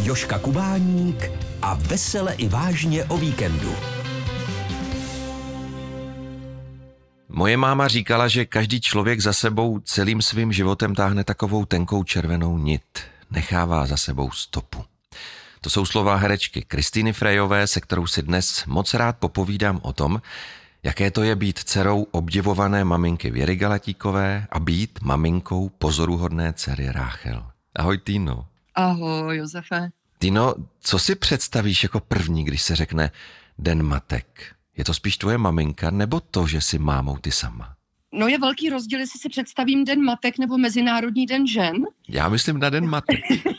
Jožka Kubáník a vesele i vážně o víkendu. Moje máma říkala, že každý člověk za sebou celým svým životem táhne takovou tenkou červenou nit. Nechává za sebou stopu. To jsou slova herečky Kristýny Frejové, se kterou si dnes moc rád popovídám o tom, jaké to je být dcerou obdivované maminky Věry Galatíkové a být maminkou pozoruhodné dcery Ráchel. Ahoj, Týno. Ahoj, Josefe. Týno, co si představíš jako první, když se řekne Den matek? Je to spíš tvoje maminka, nebo to, že jsi mámou ty sama? No je velký rozdíl, jestli si představím Den matek nebo Mezinárodní den žen. Já myslím na Den matek.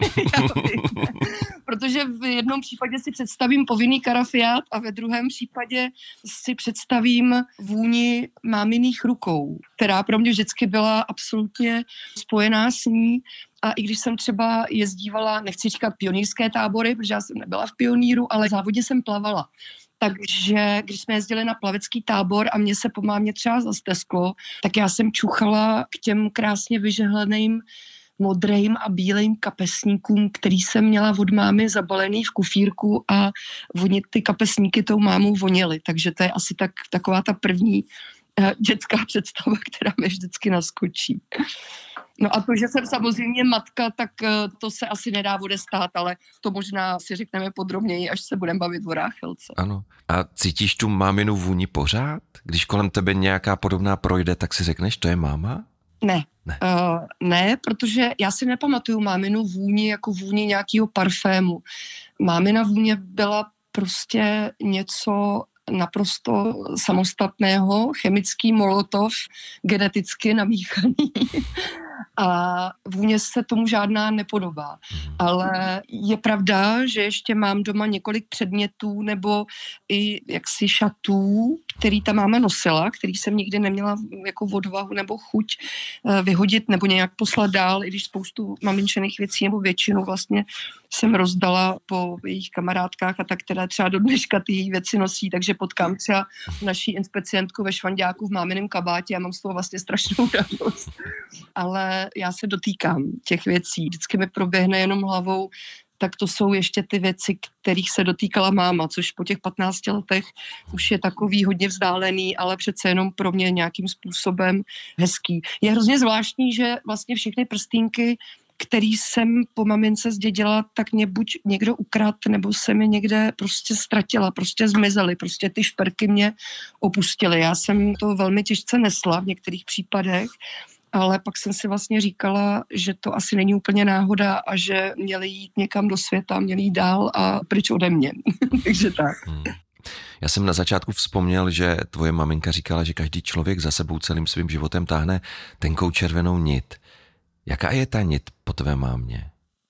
Protože v jednom případě si představím povinný karafiát a ve druhém případě si představím vůni máminých rukou, která pro mě vždycky byla absolutně spojená s ní. A i když jsem třeba jezdívala, nechci říkat pionýrské tábory, protože já jsem nebyla v pionýru, ale v závodě jsem plavala. Takže když jsme jezdili na plavecký tábor a mě se po mámě třeba zastesklo, tak já jsem čuchala k těm krásně vyžehleným modrým a bílým kapesníkům, který jsem měla od mámy zabalený v kufírku a oni ty kapesníky tou mámou vonily. Takže to je asi taková ta první dětská představa, která mi vždycky naskočí. No a to, že jsem samozřejmě matka, tak to se asi nedá odestát, ale to možná si řekneme podrobněji, až se budeme bavit o Ráchelce. Ano. A cítíš tu máminu vůni pořád? Když kolem tebe nějaká podobná projde, tak si řekneš, to je máma? Ne, protože já si nepamatuju máminu vůni jako vůni nějakého parfému. Mámina vůně byla prostě něco naprosto samostatného, chemický molotov, geneticky namíchaný. A vůně se tomu žádná nepodobá. Ale je pravda, že ještě mám doma několik předmětů nebo i jaksi šatů, který ta máma nosila, který jsem nikdy neměla jako odvahu nebo chuť vyhodit nebo nějak poslat dál, i když spoustu maminčených věcí nebo většinu vlastně jsem rozdala po jejich kamarádkách a tak, které třeba do dneška ty její věci nosí, takže potkám třeba naší inspecientku ve Švanďáku v máminém kabátě a mám z toho vlastně strašnou radost. Ale já se dotýkám těch věcí. Vždycky mi proběhne jenom hlavou, tak to jsou ještě ty věci, kterých se dotýkala máma, což po těch 15 letech už je takový hodně vzdálený, ale přece jenom pro mě nějakým způsobem hezký. Je hrozně zvláštní, že vlastně všechny prstýnky, který jsem po mamince zdědila, tak mě buď někdo ukradl, nebo se mi někde prostě ztratila, prostě zmizely, prostě ty šperky mě opustily. Já jsem to velmi těžce nesla v některých případech, ale pak jsem si vlastně říkala, že to asi není úplně náhoda a že měli jít někam do světa, měli jít dál a pryč ode mě. Takže tak. Já jsem na začátku vzpomněl, že tvoje maminka říkala, že každý člověk za sebou celým svým životem táhne tenkou červenou nit. Jaká je ta nit po tvé mámě?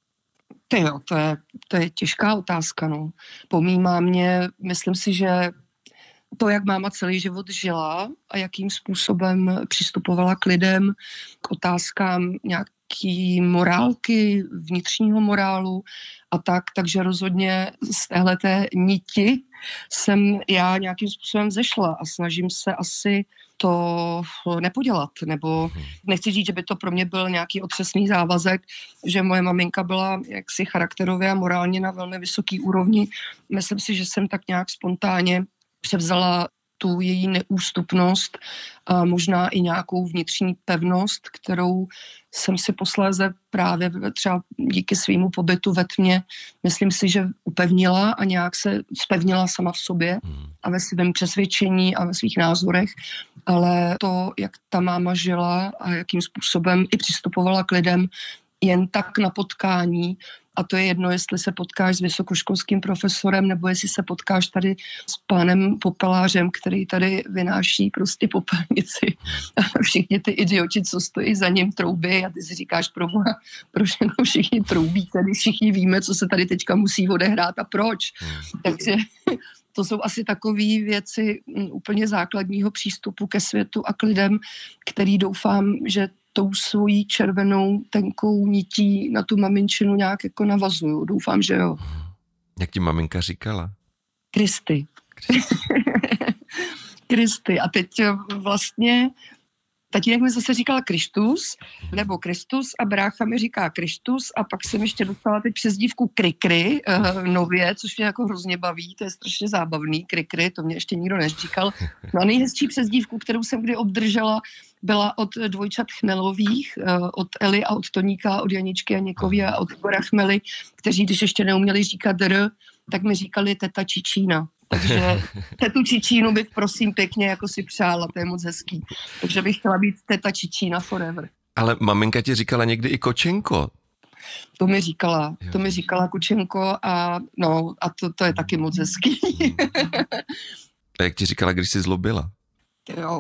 Tyjo, to je těžká otázka, no. Po mý mámě, myslím si, že to, jak máma celý život žila a jakým způsobem přistupovala k lidem, k otázkám nějaký morálky, vnitřního morálu a tak, takže rozhodně z téhleté niti jsem já nějakým způsobem zešla a snažím se asi to nepodělat, nebo nechci říct, že by to pro mě byl nějaký otřesný závazek, že moje maminka byla jaksi charakterově a morálně na velmi vysoký úrovni. Myslím si, že jsem tak nějak spontánně převzala tu její neústupnost a možná i nějakou vnitřní pevnost, kterou jsem si posléze právě třeba díky svýmu pobytu ve tmě, myslím si, že upevnila a nějak se zpevnila sama v sobě a ve svém přesvědčení a ve svých názorech, ale to, jak ta máma žila a jakým způsobem i přistupovala k lidem jen tak na potkání, a to je jedno, jestli se potkáš s vysokoškolským profesorem, nebo jestli se potkáš tady s pánem popelářem, který tady vynáší prostě popelnici. A všichni ty idioti, co stojí za ním, troubí a ty si říkáš, proč všichni troubí, tady všichni víme, co se tady teďka musí odehrát a proč. Takže to jsou asi takové věci úplně základního přístupu ke světu a k lidem, který doufám, že tou svojí červenou tenkou nití na tu maminčinu nějak jako navazuju. Doufám, že jo. Jak ti maminka říkala? Kristy. A teď vlastně tatínek mi zase říkal Kristus, nebo Kristus a brácha mi říká Kristus a pak jsem ještě dostala teď přezdívku Krikry nově, což mě jako hrozně baví, to je strašně zábavný, Krikry, to mě ještě nikdo neříkal. No a nejhezčí přezdívku, kterou jsem kdy obdržela, byla od dvojčat Chmelových, od Eli a od Toníka, od Janičky Janěkovy a od Igora Chmely, kteří, když ještě neuměli říkat R, tak mi říkali teta Čičína. Takže tetu Čičínu bych prosím pěkně jako si přála, to je moc hezký. Takže bych chtěla být teta Čičína forever. Ale maminka ti říkala někdy i kočenko. To mi říkala Kočenko a no a to je taky moc hezký. A jak ti říkala, když jsi zlobila? Jo,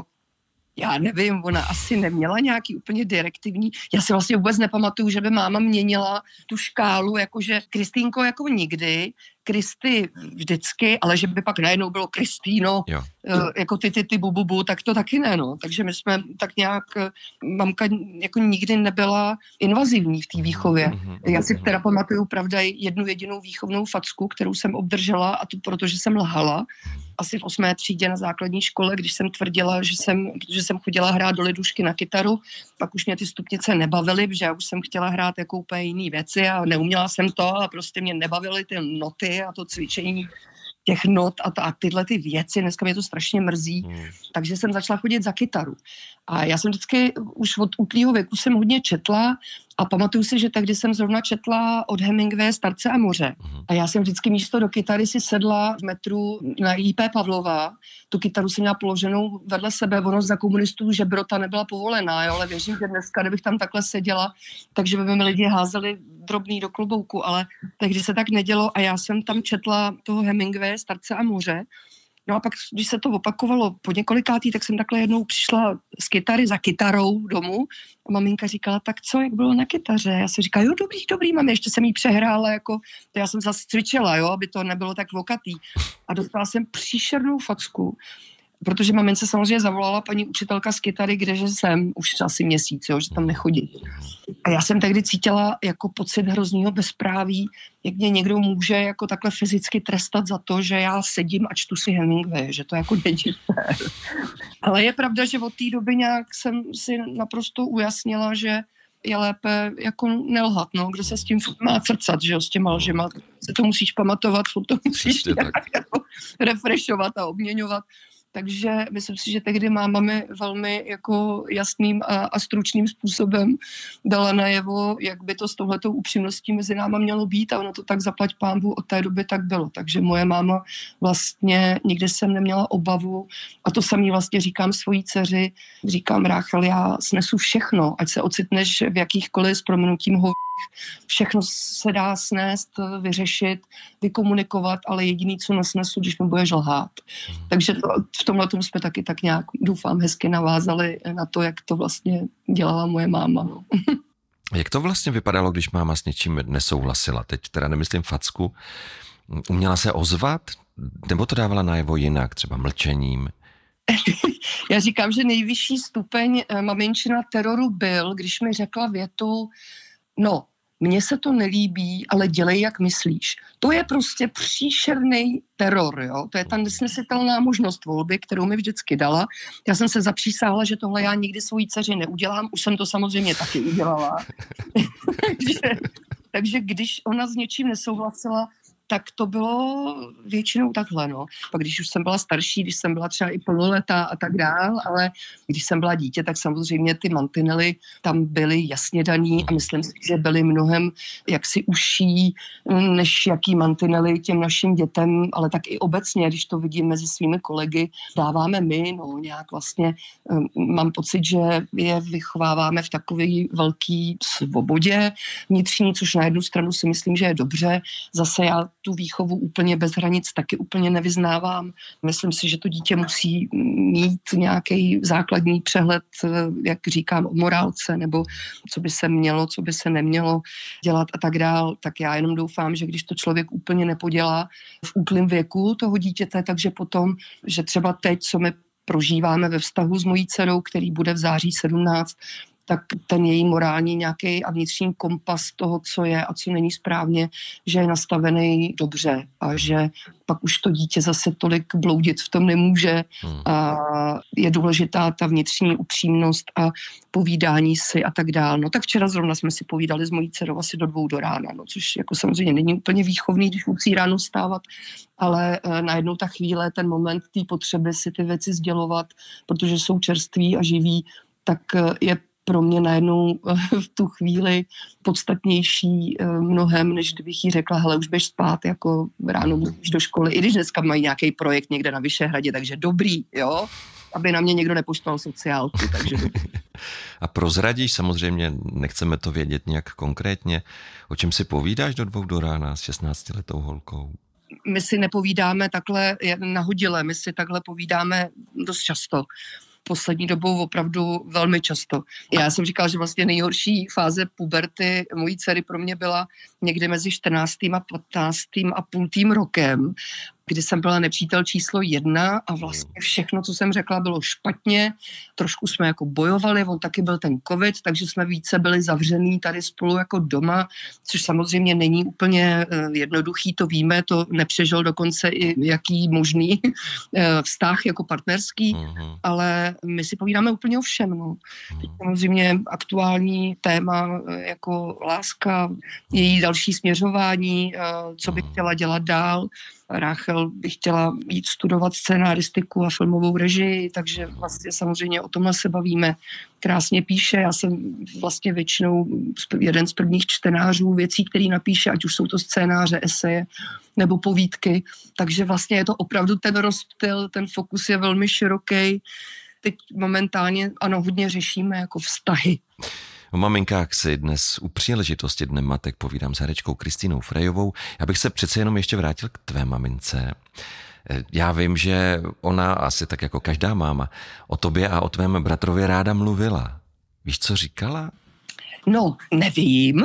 já nevím, ona asi neměla nějaký úplně direktivní, já si vlastně vůbec nepamatuju, že by máma měnila tu škálu, jakože Kristýnko jako nikdy, Kristy vždycky, ale že by pak najednou bylo Kristýno, jako ty bububu, tak to taky ne, no. Takže my jsme tak nějak, mamka jako nikdy nebyla invazivní v té výchově. Já si teda pamatuju, pravda, jednu jedinou výchovnou facku, kterou jsem obdržela, a to protože jsem lhala, asi v 8. třídě na základní škole, když jsem tvrdila, že jsem chodila hrát do lidušky na kytaru, pak už mě ty stupnice nebavily, protože já už jsem chtěla hrát jako úplně jiný věci a neuměla jsem to a prostě mě nebavily ty noty a to cvičení těch not a tyhle ty věci, dneska mě to strašně mrzí, takže jsem začala chodit za kytaru. A já jsem vždycky už od útlýho věku jsem hodně četla a pamatuju si, že tehdy jsem zrovna četla od Hemingwaye Starce a moře. A já jsem vždycky místo do kytary si sedla v metru na J.P. Pavlova. Tu kytaru jsem měla položenou vedle sebe, ono za komunistů žebrota nebyla povolená, jo, ale věřím, že dneska, kdybych tam takhle seděla, takže by mi lidi házeli drobný do klobouku, ale tehdy se tak nedělo a já jsem tam četla toho Hemingwaye Starce a moře. No a pak, když se to opakovalo po několikátý, tak jsem takhle jednou přišla z kytary za kytarou domů a maminka říkala, tak co, jak bylo na kytaře? Já jsem říkala, jo, dobrý, mami, ještě jsem jí přehrála, jako, to já jsem zase cvičila, jo, aby to nebylo tak vokatý. A dostala jsem příšernou facku, protože mamince samozřejmě zavolala paní učitelka z kytary, kdeže jsem už asi měsíc, jo, že tam nechodí. A já jsem tehdy cítila jako pocit hroznýho bezpráví, jak mě někdo může jako takhle fyzicky trestat za to, že já sedím a čtu si Hemingway, že to jako není fér. Ale je pravda, že od té doby nějak jsem si naprosto ujasnila, že je lépe jako nelhat, no, kdo se s tím má crcat, že jo, s těma lžima, se to musíš pamatovat, to musíš jako refreshovat a obměňovat. Takže myslím si, že tehdy máma mi velmi jako jasným a stručným způsobem dala najevo, jak by to s touhletou upřímností mezi náma mělo být a ono to tak zaplať pánbůh od té doby tak bylo. Takže moje máma vlastně nikdy jsem neměla obavu a to samý vlastně říkám svojí dceři, říkám Ráchel, já snesu všechno, ať se ocitneš v jakýchkoliv s prominutím všechno se dá snést, vyřešit, vykomunikovat, ale jediný, co nesnesu, když mi budeš lhát. Takže v tomhle tomu jsme taky tak nějak, doufám, hezky navázali na to, jak to vlastně dělala moje máma. No. Jak to vlastně vypadalo, když máma s něčím nesouhlasila? Teď teda nemyslím facku. Uměla se ozvat? Nebo to dávala najevo jinak, třeba mlčením? Já říkám, že nejvyšší stupeň maminčina teroru byl, když mi řekla větu, no, mně se to nelíbí, ale dělej, jak myslíš. To je prostě příšerný teror, jo. To je ta nesnesitelná možnost volby, kterou mi vždycky dala. Já jsem se zapřísáhla, že tohle já nikdy svojí dceři neudělám. Už jsem to samozřejmě taky udělala. takže když ona s něčím nesouhlasila, tak to bylo většinou takhle, no. Pak když už jsem byla starší, když jsem byla třeba i plnoletá a tak dál, ale když jsem byla dítě, tak samozřejmě ty mantinely tam byly jasně daný a myslím si, že byly mnohem jaksi užší, než jaký mantinely těm našim dětem, ale tak i obecně, když to vidím mezi svými kolegy, dáváme my, no nějak vlastně mám pocit, že je vychováváme v takové velké svobodě vnitřní, což na jednu stranu si myslím, že je dobře. Zase já tu výchovu úplně bez hranic taky úplně nevyznávám. Myslím si, že to dítě musí mít nějaký základní přehled, jak říkám, o morálce, nebo co by se mělo, co by se nemělo dělat a tak dál. Tak já jenom doufám, že když to člověk úplně nepodělá v úplném věku toho dítěte, takže potom, že třeba teď, co my prožíváme ve vztahu s mojí dcerou, který bude v září 17, tak ten její morální nějaký a vnitřní kompas toho, co je a co není správně, že je nastavený dobře a že pak už to dítě zase tolik bloudit v tom nemůže a je důležitá ta vnitřní upřímnost a povídání si a tak dál. No tak včera zrovna jsme si povídali s mojí dcerou asi do 2 do rána, no, což jako samozřejmě není úplně výchovný, když musí ráno vstávat, ale najednou ta chvíle, ten moment té potřeby si ty věci sdělovat, protože jsou čerství a živí, tak je pro mě najednou v tu chvíli podstatnější mnohem, než kdybych jí řekla, hele, už běž spát, jako ráno musíš do školy, i když dneska mají nějaký projekt někde na Vyšehradě, takže dobrý, jo, aby na mě někdo nepoštoval sociálku, takže A prozradíš, samozřejmě nechceme to vědět nějak konkrétně, o čem si povídáš do 2 do rána s 16letou holkou? My si nepovídáme takhle nahodile, my si takhle povídáme dost často. Poslední dobou opravdu velmi často. Já jsem říkala, že vlastně nejhorší fáze puberty mojí dcery pro mě byla někdy mezi 14. a 15. a půl rokem, kdy jsem byla nepřítel číslo 1 a vlastně všechno, co jsem řekla, bylo špatně. Trošku jsme jako bojovali, on taky byl ten covid, takže jsme více byli zavřený tady spolu jako doma, což samozřejmě není úplně jednoduchý, to víme, to nepřežil dokonce i jaký možný vztah jako partnerský, ale my si povídáme úplně o všem. No. Teď samozřejmě aktuální téma jako láska, její další směřování, co by chtěla dělat dál. Ráchel by chtěla jít studovat scénaristiku a filmovou režii, takže vlastně samozřejmě o tomhle se bavíme. Krásně píše, já jsem vlastně většinou jeden z prvních čtenářů věcí, který napíše, ať už jsou to scénáře, eseje nebo povídky, takže vlastně je to opravdu ten rozptyl, ten fokus je velmi široký. Teď momentálně, ano, hodně řešíme jako vztahy. O maminkách si dnes u příležitosti Dne matek povídám s herečkou Kristýnou Frejovou. Já bych se přece jenom ještě vrátil k tvé mamince. Já vím, že ona, asi tak jako každá máma, o tobě a o tvém bratrovi ráda mluvila. Víš, co říkala? No, nevím.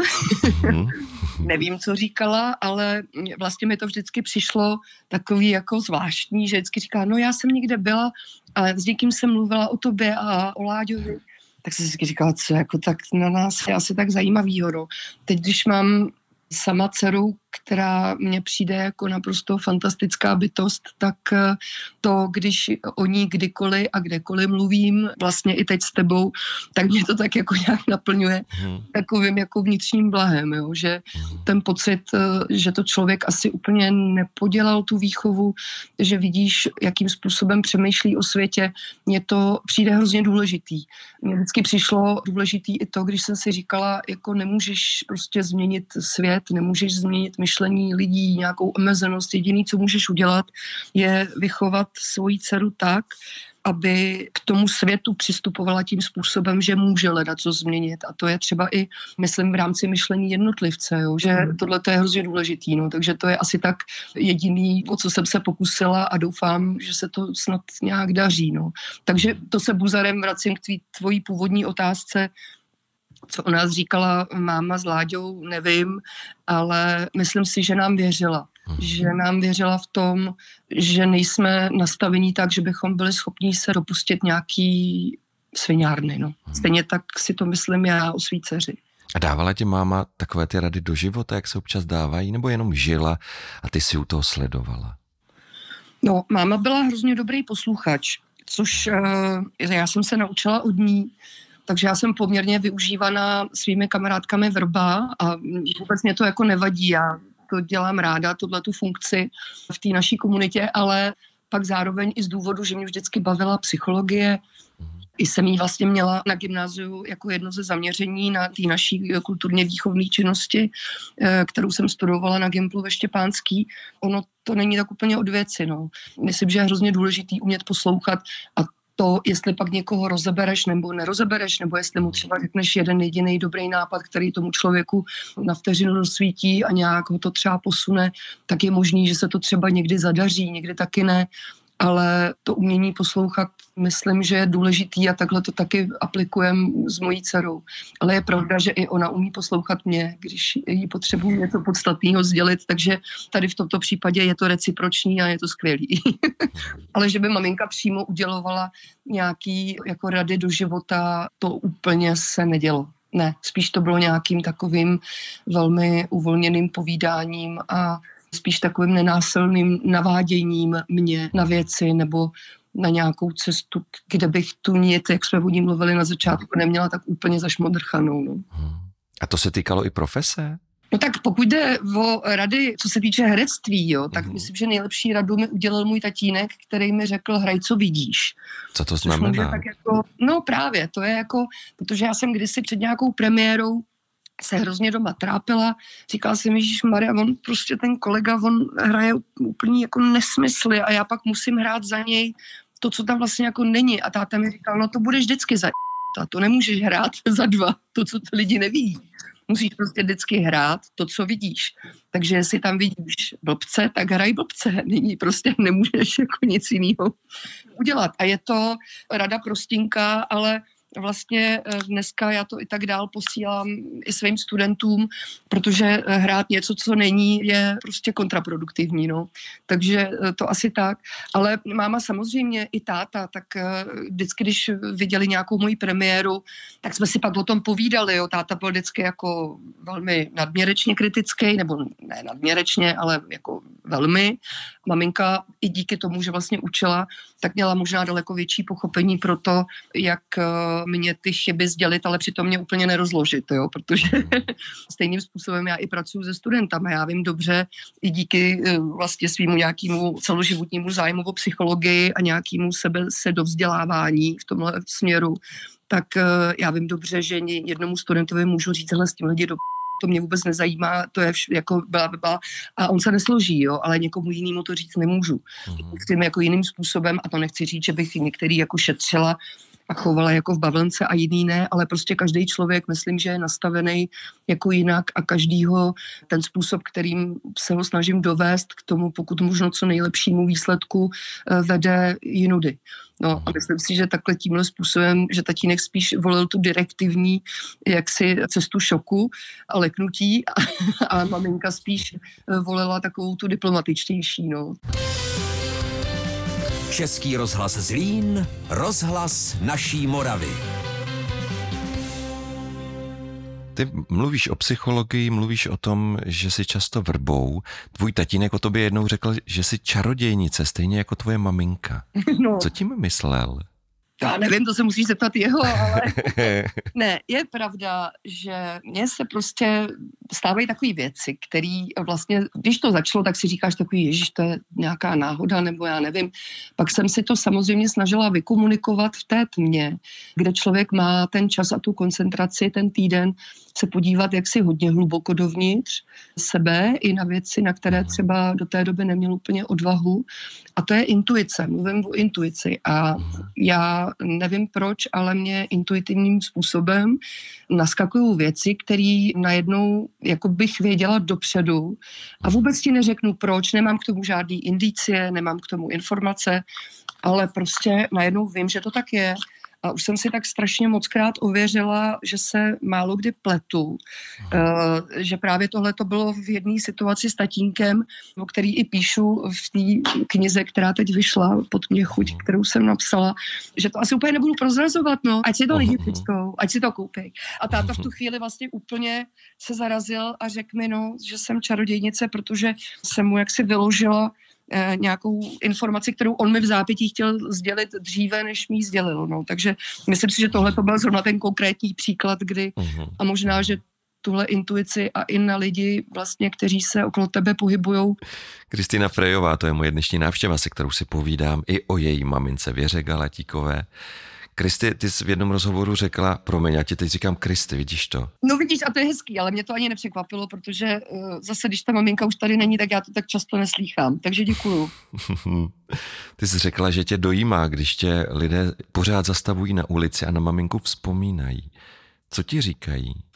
Nevím, co říkala, ale vlastně mi to vždycky přišlo takový jako zvláštní, že vždycky říkala, no já jsem někde byla a s někým jsem mluvila o tobě a o Láďovi. Tak jsem si říkala, co jako tak na nás je asi tak zajímavýho. No. Teď, když mám sama dceru, která mně přijde jako naprosto fantastická bytost, tak to, když o ní kdykoliv a kdekoliv mluvím, vlastně i teď s tebou, tak mě to tak jako nějak naplňuje takovým jako vnitřním blahem, jo? Že ten pocit, že to člověk asi úplně nepodělal tu výchovu, že vidíš, jakým způsobem přemýšlí o světě, mně to přijde hrozně důležitý. Mně vždycky přišlo důležitý i to, když jsem si říkala, jako nemůžeš prostě změnit svět, nemůžeš změnit myšlení lidí, nějakou omezenost. Jediný, co můžeš udělat, je vychovat svoji dceru tak, aby k tomu světu přistupovala tím způsobem, že může co změnit. A to je třeba i, myslím, v rámci myšlení jednotlivce, jo? Že tohle je hrozně důležitý. No? Takže to je asi tak jediný, o co jsem se pokusila a doufám, že se to snad nějak daří. No? Takže to se buzarem vracím k tvojí původní otázce, co o nás říkala máma s Láďou, nevím, ale myslím si, že nám věřila. Že nám věřila v tom, že nejsme nastavení tak, že bychom byli schopni se dopustit nějaký sviňárny. No. Stejně tak si to myslím já o svý dceři. A dávala ti máma takové ty rady do života, jak se občas dávají, nebo jenom žila a ty si u toho sledovala? No, máma byla hrozně dobrý posluchač, což já jsem se naučila od ní. Takže já jsem poměrně využívaná svými kamarádkami Vrba a vůbec mě to jako nevadí. Já to dělám ráda, tu funkci v té naší komunitě, ale pak zároveň i z důvodu, že mě vždycky bavila psychologie. I jsem jí vlastně měla na gymnáziu jako jedno ze zaměření na té naší kulturně výchovné činnosti, kterou jsem studovala na Gimplu ve Štěpánský. Ono to není tak úplně od věci. No. Myslím, že je hrozně důležitý umět poslouchat a to, jestli pak někoho rozebereš nebo nerozebereš, nebo jestli mu třeba řekneš jeden jediný dobrý nápad, který tomu člověku na vteřinu rozsvítí a nějak ho to třeba posune, tak je možný, že se to třeba někdy zadaří, někdy taky ne. ale to umění poslouchat myslím, že je důležitý a takhle to taky aplikujem s mojí dcerou. Ale je pravda, že i ona umí poslouchat mě, když jí potřebuji něco podstatného sdělit, takže tady v tomto případě je to reciproční a je to skvělý. Ale že by maminka přímo udělovala nějaký jako rady do života, to úplně se nedělo. Ne, spíš to bylo nějakým takovým velmi uvolněným povídáním a spíš takovým nenásilným naváděním mě na věci nebo na nějakou cestu, kde bych tu nit, jak jsme o ní mluvili na začátku, neměla tak úplně zašmodrchanou. No. A to se týkalo i profese? No tak pokud jde o rady, co se týče herectví, jo, tak myslím, že nejlepší radu mi udělal můj tatínek, který mi řekl, hraj, co vidíš. Co to znamená? Tak jako, no právě, to je jako, protože já jsem kdysi před nějakou premiérou se hrozně doma trápila, říkala jsem, ježišmarja, on prostě ten kolega, on hraje úplně jako nesmysly a já pak musím hrát za něj to, co tam vlastně jako není. A táta mi říkal, no to budeš vždycky za to nemůžeš hrát za dva, to, co ty lidi neví. Musíš prostě vždycky hrát to, co vidíš. Takže jestli tam vidíš blbce, tak hraj blbce. Nyní prostě nemůžeš jako nic jiného udělat. A je to rada prostinka, ale vlastně dneska já to i tak dál posílám i svým studentům, protože hrát něco, co není, je prostě kontraproduktivní, no. Takže to asi tak. Ale máma samozřejmě i táta, tak vždycky, když viděli nějakou moji premiéru, tak jsme si pak o tom povídali, jo. Táta byl vždycky jako velmi nadměrečně kritický, nebo ne nadměrečně, ale jako velmi. Maminka i díky tomu, že vlastně učila, tak měla možná daleko větší pochopení pro to, jak mě ty chyby sdělit, ale přitom mě úplně nerozložit, jo, protože stejným způsobem já i pracuji se studentama. Já vím dobře i díky vlastně svýmu nějakému celoživotnímu zájmu o psychologii a nějakému sebedovzdělávání v tomhle směru, tak já vím dobře, že jednomu studentovi můžu říct, hele, s tím lidi to mě vůbec nezajímá, to je jako byla a on se nesloží, jo, ale někomu jinému to říct nemůžu. Chci jako jiným způsobem a to nechci říct, že bych některý jako šetřila a chovala jako v bavlnce a jiný ne, ale prostě každý člověk, myslím, že je nastavený jako jinak a každýho ten způsob, kterým se ho snažím dovést k tomu, pokud možno co nejlepšímu výsledku, vede jinudy. No a myslím si, že takhle tímhle způsobem, že tatínek spíš volil tu direktivní jaksi cestu šoku a leknutí a maminka spíš volila takovou tu diplomatičtější, no. Český rozhlas Zlín, rozhlas naší Moravy. Ty mluvíš o psychologii, mluvíš o tom, že jsi často vrbou. Tvůj tatínek o tobě jednou řekl, že jsi čarodějnice, stejně jako tvoje maminka. No. Co tím myslel? Já nevím, to se musíš zeptat jeho, ale ne, je pravda, že mně se prostě stávají takové věci, které vlastně, když to začalo, tak si říkáš takový, ježiš, to je nějaká náhoda, nebo já nevím. Pak jsem si to samozřejmě snažila vykomunikovat v té tmě, kde člověk má ten čas a tu koncentraci, ten týden, se podívat jaksi hodně hluboko dovnitř sebe i na věci, na které třeba do té doby neměl úplně odvahu. A to je intuice, mluvím o intuici. A já nevím proč, ale mě intuitivním způsobem naskakují věci, které najednou jako bych věděla dopředu a vůbec ti neřeknu proč, nemám k tomu žádný indicie, nemám k tomu informace, ale prostě najednou vím, že to tak je. A už jsem si tak strašně mockrát ověřila, že se málo kdy pletu. Že právě tohle to bylo v jedné situaci s tatínkem, o který i píšu v té knize, která teď vyšla pod mě chuť, kterou jsem napsala, že to asi úplně nebudu prozrazovat, no. Ať si to lidi přečtou, ať si to koupí. A táta v tu chvíli vlastně úplně se zarazil a řekl mi, no, že jsem čarodějnice, protože jsem mu jaksi vyložila nějakou informaci, kterou on mi v zápětí chtěl sdělit dříve, než mi ji sdělil. No. Takže myslím si, že tohle to byl zrovna ten konkrétní příklad, kdy a možná, že tuhle intuici a i na lidi vlastně, kteří se okolo tebe pohybujou. Kristýna Frejová, to je moje dnešní návštěva, se kterou si povídám i o její mamince Věře Galatíkové. Kristi, ty jsi v jednom rozhovoru řekla, promiň, já ti teď říkám Kristi, vidíš to? No vidíš, a to je hezký, ale mě to ani nepřekvapilo, protože zase, když ta maminka už tady není, tak já to tak často neslýchám, takže děkuju. Ty jsi řekla, že tě dojímá, když tě lidé pořád zastavují na ulici a na maminku vzpomínají. Co ti říkají?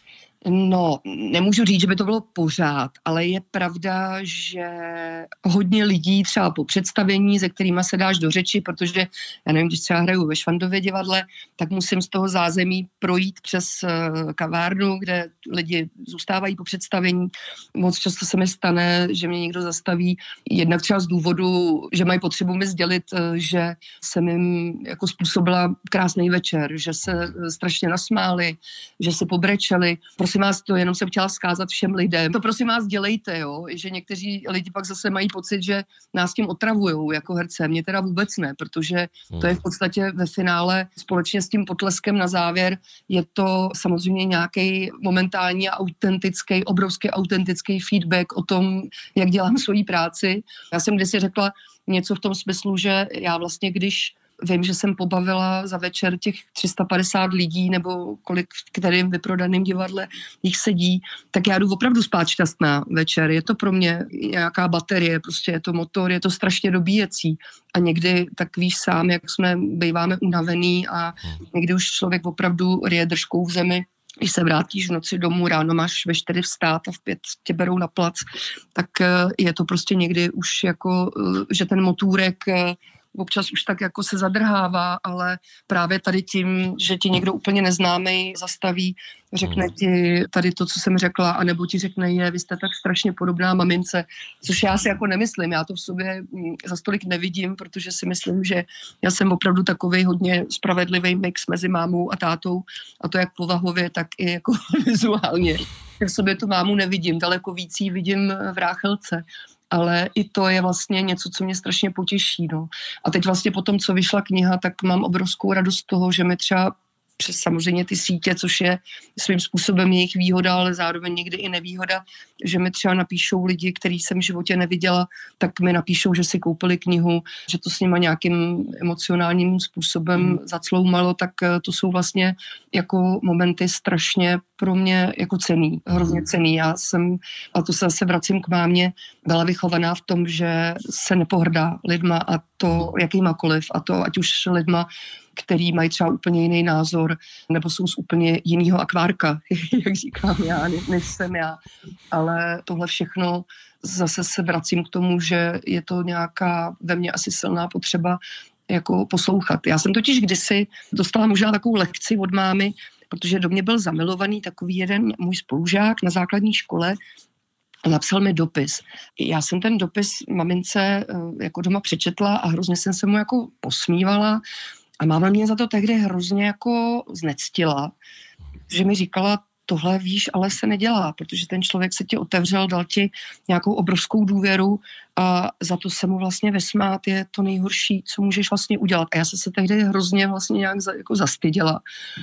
No, nemůžu říct, že by to bylo pořád, ale je pravda, že hodně lidí třeba po představení, se kterýma se dáš do řeči, protože já nevím, když třeba hraju ve Švandově divadle, tak musím z toho zázemí projít přes kavárnu, kde lidi zůstávají po představení. Moc často se mi stane, že mě někdo zastaví, jednak třeba z důvodu, že mají potřebu mi sdělit, že jsem jim jako způsobila krásný večer, že se strašně nasmáli, že se pobrečeli. Prosím vás, to jenom jsem chtěla vzkázat všem lidem. To prosím vás dělejte, jo, že někteří lidi pak zase mají pocit, že nás tím otravujou jako herce. Mně teda vůbec ne, protože to je v podstatě ve finále společně s tím potleskem na závěr je to samozřejmě nějaký momentální a autentický, obrovský autentický feedback o tom, jak dělám svoji práci. Já jsem kdysi řekla něco v tom smyslu, že já vlastně, když vím, že jsem pobavila za večer těch 350 lidí, nebo kolik v kterém vyprodaném divadle jich sedí, tak já jdu opravdu spát šťastná večer. Je to pro mě nějaká baterie, prostě je to motor, je to strašně dobíjecí. A někdy, tak víš sám, jak jsme býváme unavený a někdy už člověk opravdu ryje držkou v zemi. Když se vrátíš v noci domů, ráno máš ve 4 vstát a v 5 tě berou na plac, tak je to prostě někdy už jako, že ten motůrek občas už tak jako se zadrhává, ale právě tady tím, že ti někdo úplně neznámý zastaví, řekne ti tady to, co jsem řekla, anebo ti řekne, vy jste tak strašně podobná mamince, což já si jako nemyslím, já to v sobě za stolik nevidím, protože si myslím, že já jsem opravdu takovej hodně spravedlivý mix mezi mámou a tátou, a to jak povahově, tak i jako vizuálně. V sobě tu mámu nevidím, daleko víc ji vidím v Ráchelce. Ale i to je vlastně něco, co mě strašně potěší. No. A teď vlastně po tom, co vyšla kniha, tak mám obrovskou radost z toho, že mi třeba přes samozřejmě ty sítě, což je svým způsobem jejich výhoda, ale zároveň někdy i nevýhoda, že mi třeba napíšou lidi, který jsem v životě neviděla, tak mi napíšou, že si koupili knihu, že to s nima nějakým emocionálním způsobem zacloumalo, tak to jsou vlastně jako momenty strašně pro mě jako cenný, hrozně cenný. Já jsem, a to se zase vracím k mámě, byla vychovaná v tom, že se nepohrdá lidma a to jakýmakoliv, a to ať už lidma, který mají třeba úplně jiný názor, nebo jsou z úplně jinýho akvárka, jak říkám já, než jsem já. Ale tohle všechno zase se vracím k tomu, že je to nějaká ve mně asi silná potřeba jako poslouchat. Já jsem totiž kdysi dostala možná takovou lekci od mámy, protože do mě byl zamilovaný takový jeden můj spolužák na základní škole, napsal mi dopis. Já jsem ten dopis mamince jako doma přečetla a hrozně jsem se mu jako posmívala a máma mě za to tehdy hrozně jako znectila, že mi říkala, tohle víš, ale se nedělá, protože ten člověk se ti otevřel, dal ti nějakou obrovskou důvěru a za to se mu vlastně vysmát je to nejhorší, co můžeš vlastně udělat. A já jsem se tehdy hrozně vlastně nějak jako zastyděla.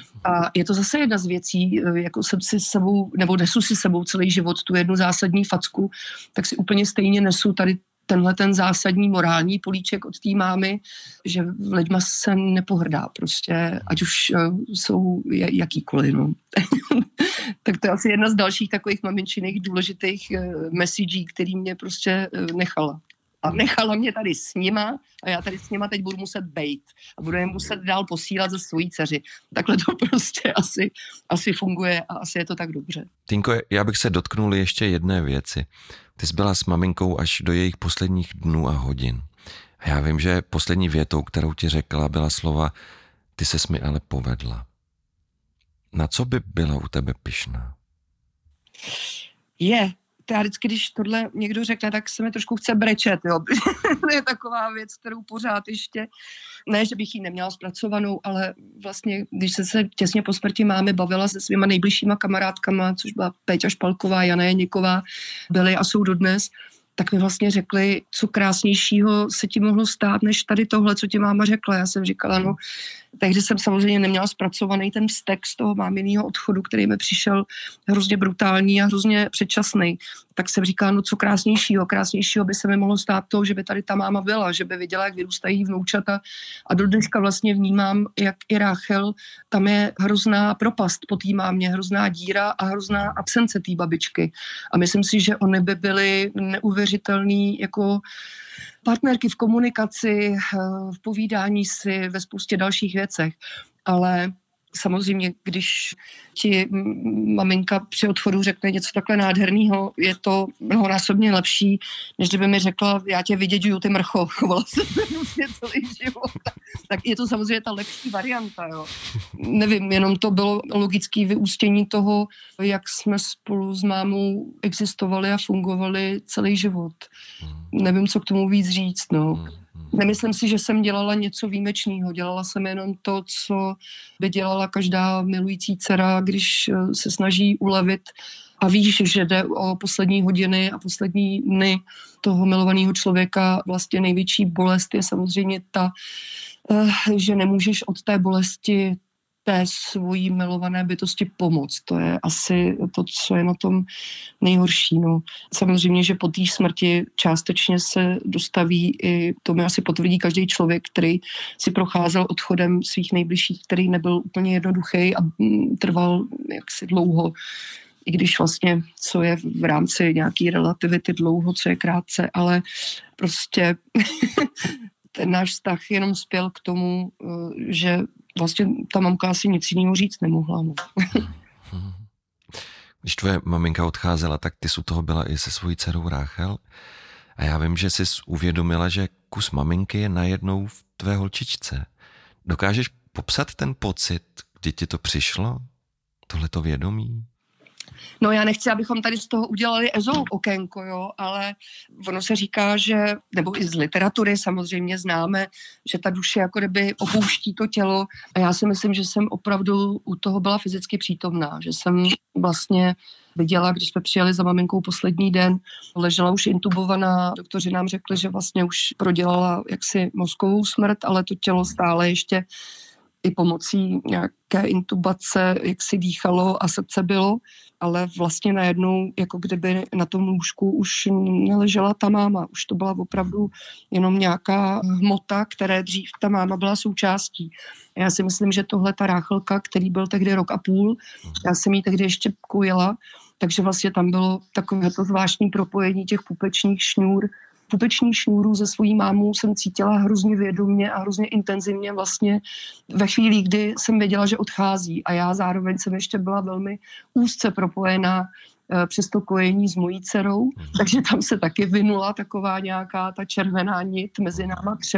A je to zase jedna z věcí, jako jsem si sebou, nebo nesu si sebou celý život tu jednu zásadní facku, tak si úplně stejně nesu tady tenhle ten zásadní morální políček od té mámy, že lidma se nepohrdá prostě, ať už jsou jakýkoliv. No. Tak to je asi jedna z dalších takových maminčiných důležitých messagí, který mě prostě nechala. A nechala mě tady s nima a já tady s nima teď budu muset bejt a budu je muset dál posílat ze svojí dceři. Takhle to prostě asi funguje a asi je to tak dobře. Tinko, já bych se dotknul ještě jedné věci. Ty jsi byla s maminkou až do jejich posledních dnů a hodin. A já vím, že poslední větou, kterou ti řekla, byla slova ty ses mi ale povedla. Na co by byla u tebe pyšná? Já vždycky, když tohle někdo řekne, tak se mi trošku chce brečet, jo. To je taková věc, kterou pořád ještě, ne, že bych ji neměla zpracovanou, ale vlastně, když se těsně po smrti mámy bavila se svýma nejbližšíma kamarádkama, což byla Péťa Špalková, Jana Jeníková, byly a jsou dodnes, tak mi vlastně řekli, co krásnějšího se ti mohlo stát, než tady tohle, co ti máma řekla. Já jsem říkala, no, tehdy jsem samozřejmě neměla zpracovaný ten vztek z toho máminýho odchodu, který mi přišel hrozně brutální a hrozně předčasný. Tak jsem říkala, no co krásnějšího by se mi mohlo stát to, že by tady ta máma byla, že by viděla, jak vyrůstají vnoučata. A do dneška vlastně vnímám, jak i Ráchel, tam je hrozná propast po té mámě, hrozná díra a hrozná absence té babičky. A myslím si, že oni by byly neuvěřitelný jako partnerky v komunikaci, v povídání si, ve spoustě dalších věcech. Ale samozřejmě, když ti maminka při odchodu řekne něco takhle nádherného, je to mnohonásobně lepší, než kdyby mi řekla, já tě vyděďuju, ty mrcho, chovala se prostě celý život. Tak je to samozřejmě ta lepší varianta, jo. Nevím, jenom to bylo logické vyústění toho, jak jsme spolu s mámou existovali a fungovali celý život. Nevím, co k tomu víc říct, no. Nemyslím si, že jsem dělala něco výjimečného. Dělala jsem jenom to, co by dělala každá milující dcera, když se snaží ulevit a víš, že jde o poslední hodiny a poslední dny toho milovaného člověka. Vlastně největší bolest je samozřejmě ta, že nemůžeš od té bolesti té svojí milované bytosti pomoct. To je asi to, co je na tom nejhorší. No. Samozřejmě, že po té smrti částečně se dostaví i, to mi asi potvrdí každý člověk, který si procházel odchodem svých nejbližších, který nebyl úplně jednoduchý a trval jaksi dlouho. I když vlastně, co je v rámci nějaký relativity dlouho, co je krátce, ale prostě ten náš vztah jenom spěl k tomu, že vlastně ta mamka asi nic jiného říct nemohla. No. Když tvoje maminka odcházela, tak ty jsi u toho byla i se svojí dcerou Ráchel. A já vím, že jsi uvědomila, že kus maminky je najednou v tvé holčičce. Dokážeš popsat ten pocit, kdy ti to přišlo? Tohleto vědomí? No já nechci, abychom tady z toho udělali Ezovo okénko, jo, ale ono se říká, že, nebo i z literatury samozřejmě známe, že ta duše jako kdyby opouští to tělo a já si myslím, že jsem opravdu u toho byla fyzicky přítomná, že jsem vlastně viděla, když jsme přijeli za maminkou poslední den, ležela už intubovaná, doktoři nám řekli, že vlastně už prodělala jaksi mozkovou smrt, ale to tělo stále ještě i pomocí nějaké intubace, jak si dýchalo a srdce bylo, ale vlastně najednou, jako kdyby na tom lůžku už neležela ta máma. Už to byla opravdu jenom nějaká hmota, které dřív ta máma byla součástí. Já si myslím, že tohle ta Ráchelka, který byl tehdy 1,5 roku, já jsem jí tehdy ještě kojila, takže vlastně tam bylo takové to zvláštní propojení těch pupečních šňůrů se svojí mámou jsem cítila hrozně vědomě a hrozně intenzivně vlastně ve chvíli, kdy jsem věděla, že odchází a já zároveň jsem ještě byla velmi úzce propojená přes to kojení s mojí dcerou, takže tam se taky vynula taková nějaká ta červená nit mezi náma 3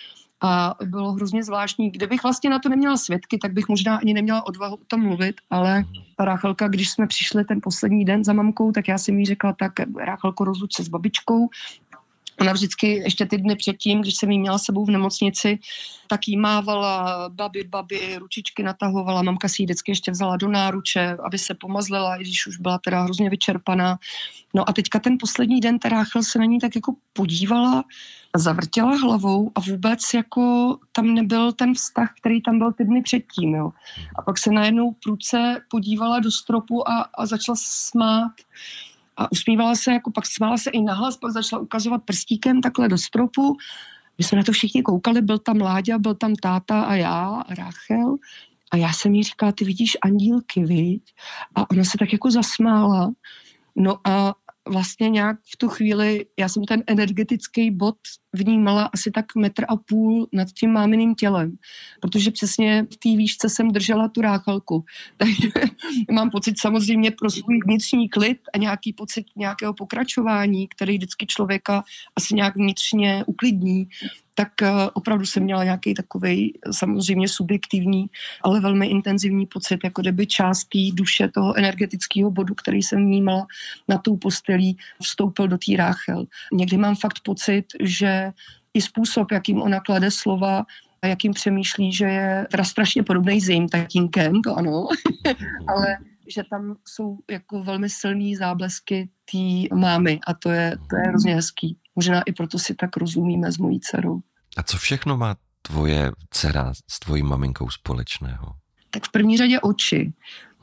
a bylo hrozně zvláštní. Kdybych vlastně na to neměla svědky, tak bych možná ani neměla odvahu o tom mluvit, ale ta Ráchelka, když jsme přišli ten poslední den za mamkou, tak já jsem jí řekla, tak Ráchelko, rozluč se s babičkou. Ona vždycky ještě ty dny předtím, když jsem jí měla s sebou v nemocnici, tak jí mávala babi, ručičky natahovala, mamka si ji vždycky ještě vzala do náruče, aby se pomazlila, i když už byla teda hrozně vyčerpaná. No a teďka ten poslední den ta Ráchel se na ní tak jako podívala, zavrtěla hlavou a vůbec jako tam nebyl ten vztah, který tam byl ty dny předtím, jo. A pak se najednou prudce podívala do stropu a začala se smát. A usmívala se, jako pak smála se i nahlas, pak začala ukazovat prstíkem takhle do stropu. My jsme na to všichni koukali, byl tam Láďa, byl tam táta a já, a Ráchel. A já jsem jí říkala, ty vidíš andílky, viď? A ona se tak jako zasmála. No a vlastně nějak v tu chvíli, já jsem ten energetický bod vnímala asi tak 1,5 metru nad tím máminým tělem, protože přesně v té výšce jsem držela tu Ráchelku. Takže mám pocit samozřejmě pro svůj vnitřní klid a nějaký pocit nějakého pokračování, který vždycky člověka asi nějak vnitřně uklidní, tak opravdu jsem měla nějaký takovej samozřejmě subjektivní, ale velmi intenzivní pocit, jako kdyby část té duše toho energetického bodu, který jsem vnímala na tou postelí, vstoupil do té Ráchel. Někdy mám fakt pocit, že i způsob, jakým ona klade slova a jakým přemýšlí, že je teda strašně podobný s jejím tatínkem, to ano, ale že tam jsou jako velmi silný záblesky té mámy a to je hrozně hezký. Možná i proto si tak rozumíme s mojí dcerou. A co všechno má tvoje dcera s tvojí maminkou společného? Tak v první řadě oči.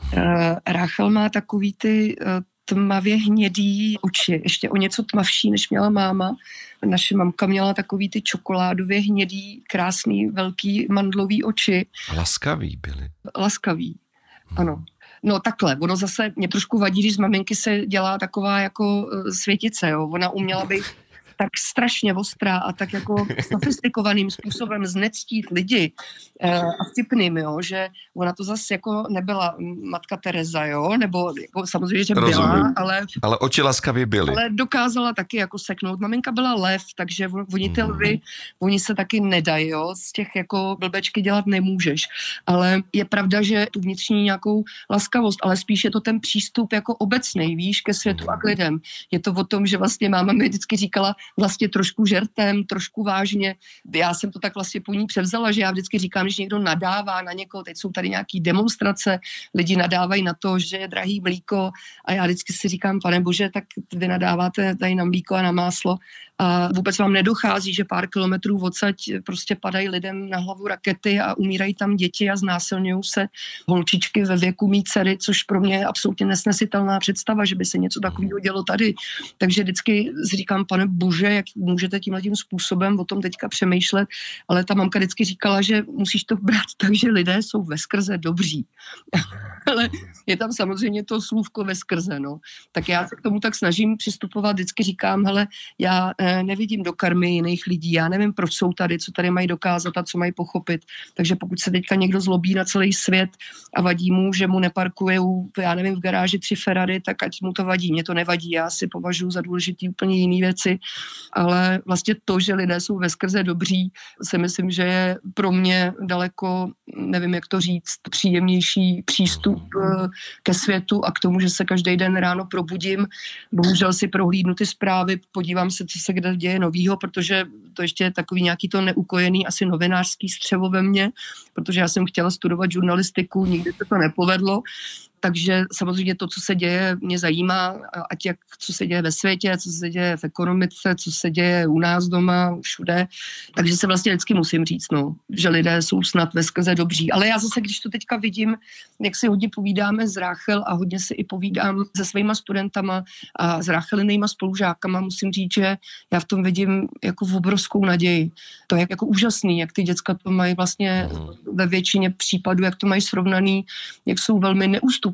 Ráchel má takový ty tmavě hnědý oči, ještě o něco tmavší, než měla máma. Naše mamka měla takový ty čokoládově hnědý, krásný, velký mandlový oči. Laskavý byly. Laskavý, ano. No takhle, ono zase mě trošku vadí, když z maminky se dělá taková jako světice, jo. Ona uměla být tak strašně ostrá a tak jako sofistikovaným způsobem znectít lidi a vtipným, jo, že ona to zase jako nebyla matka Tereza, jo, nebo jako samozřejmě, že byla, ale oči laskavě byly. Ale dokázala taky jako seknout. Maminka byla lev, takže oni ty lvy, oni se taky nedají, jo, z těch jako blbečky dělat nemůžeš, ale je pravda, že tu vnitřní nějakou laskavost, ale spíš je to ten přístup jako obecnej, víš, ke světu a k lidem. Je to o tom, že vlastně máma mi vždycky říkala vlastně trošku žertem, trošku vážně. Já jsem to tak vlastně po ní převzala, že já vždycky říkám, když někdo nadává na někoho, teď jsou tady nějaký demonstrace, lidi nadávají na to, že je drahý mlíko a já vždycky si říkám, pane bože, tak vy nadáváte tady na mlíko a na máslo a vůbec vám nedochází, že pár kilometrů odsaď prostě padají lidem na hlavu rakety a umírají tam děti a znásilňují se holčičky ve věku mý dcery, což pro mě je absolutně nesnesitelná představa, že by se něco takového dělo tady. Takže vždycky si říkám, pane bože, jak můžete tímhletím způsobem o tom teďka přemýšlet, ale ta mamka vždycky říkala, že musíš to brát tak, že lidé jsou veskrze dobří. Ale je tam samozřejmě to slůvko veskrze, no. Tak já se k tomu tak snažím přistupovat, vždycky říkám, hele, já nevidím do karmy jiných lidí, já nevím, proč jsou tady, co tady mají dokázat a co mají pochopit. Takže pokud se teďka někdo zlobí na celý svět a vadí mu, že mu neparkuje já nevím, v garáži 3 Ferrari, tak ať mu to vadí. Mně to nevadí, já si považuji za důležitý úplně jiný věci, ale vlastně to, že lidé jsou veskrze dobří, si myslím, že je pro mě daleko, nevím, jak to říct, příjemnější přístup ke světu a k tomu, že se každý den ráno probudím. Bohužel si prohlídnu ty zprávy, podívám se, co se kde děje novýho, protože to ještě je takový nějaký to neukojený asi novinářský střevo ve mně, protože já jsem chtěla studovat žurnalistiku, nikdy se to nepovedlo. Takže samozřejmě to, co se děje, mě zajímá, ať jak, co se děje ve světě, co se děje v ekonomice, co se děje u nás doma, všude. Takže se vlastně vždycky musím říct, no, že lidé jsou snad veskrze dobří. Ale já zase, když to teďka vidím, jak si hodně povídáme s Ráchel a hodně si i povídám se svýma studentama a s Ráchelinejma spolužákama, musím říct, že já v tom vidím jako obrovskou naději. To je jako úžasný, jak ty děcka to mají vlastně ve většině případů, jak to mají srovnaný, jak jsou velmi neústupní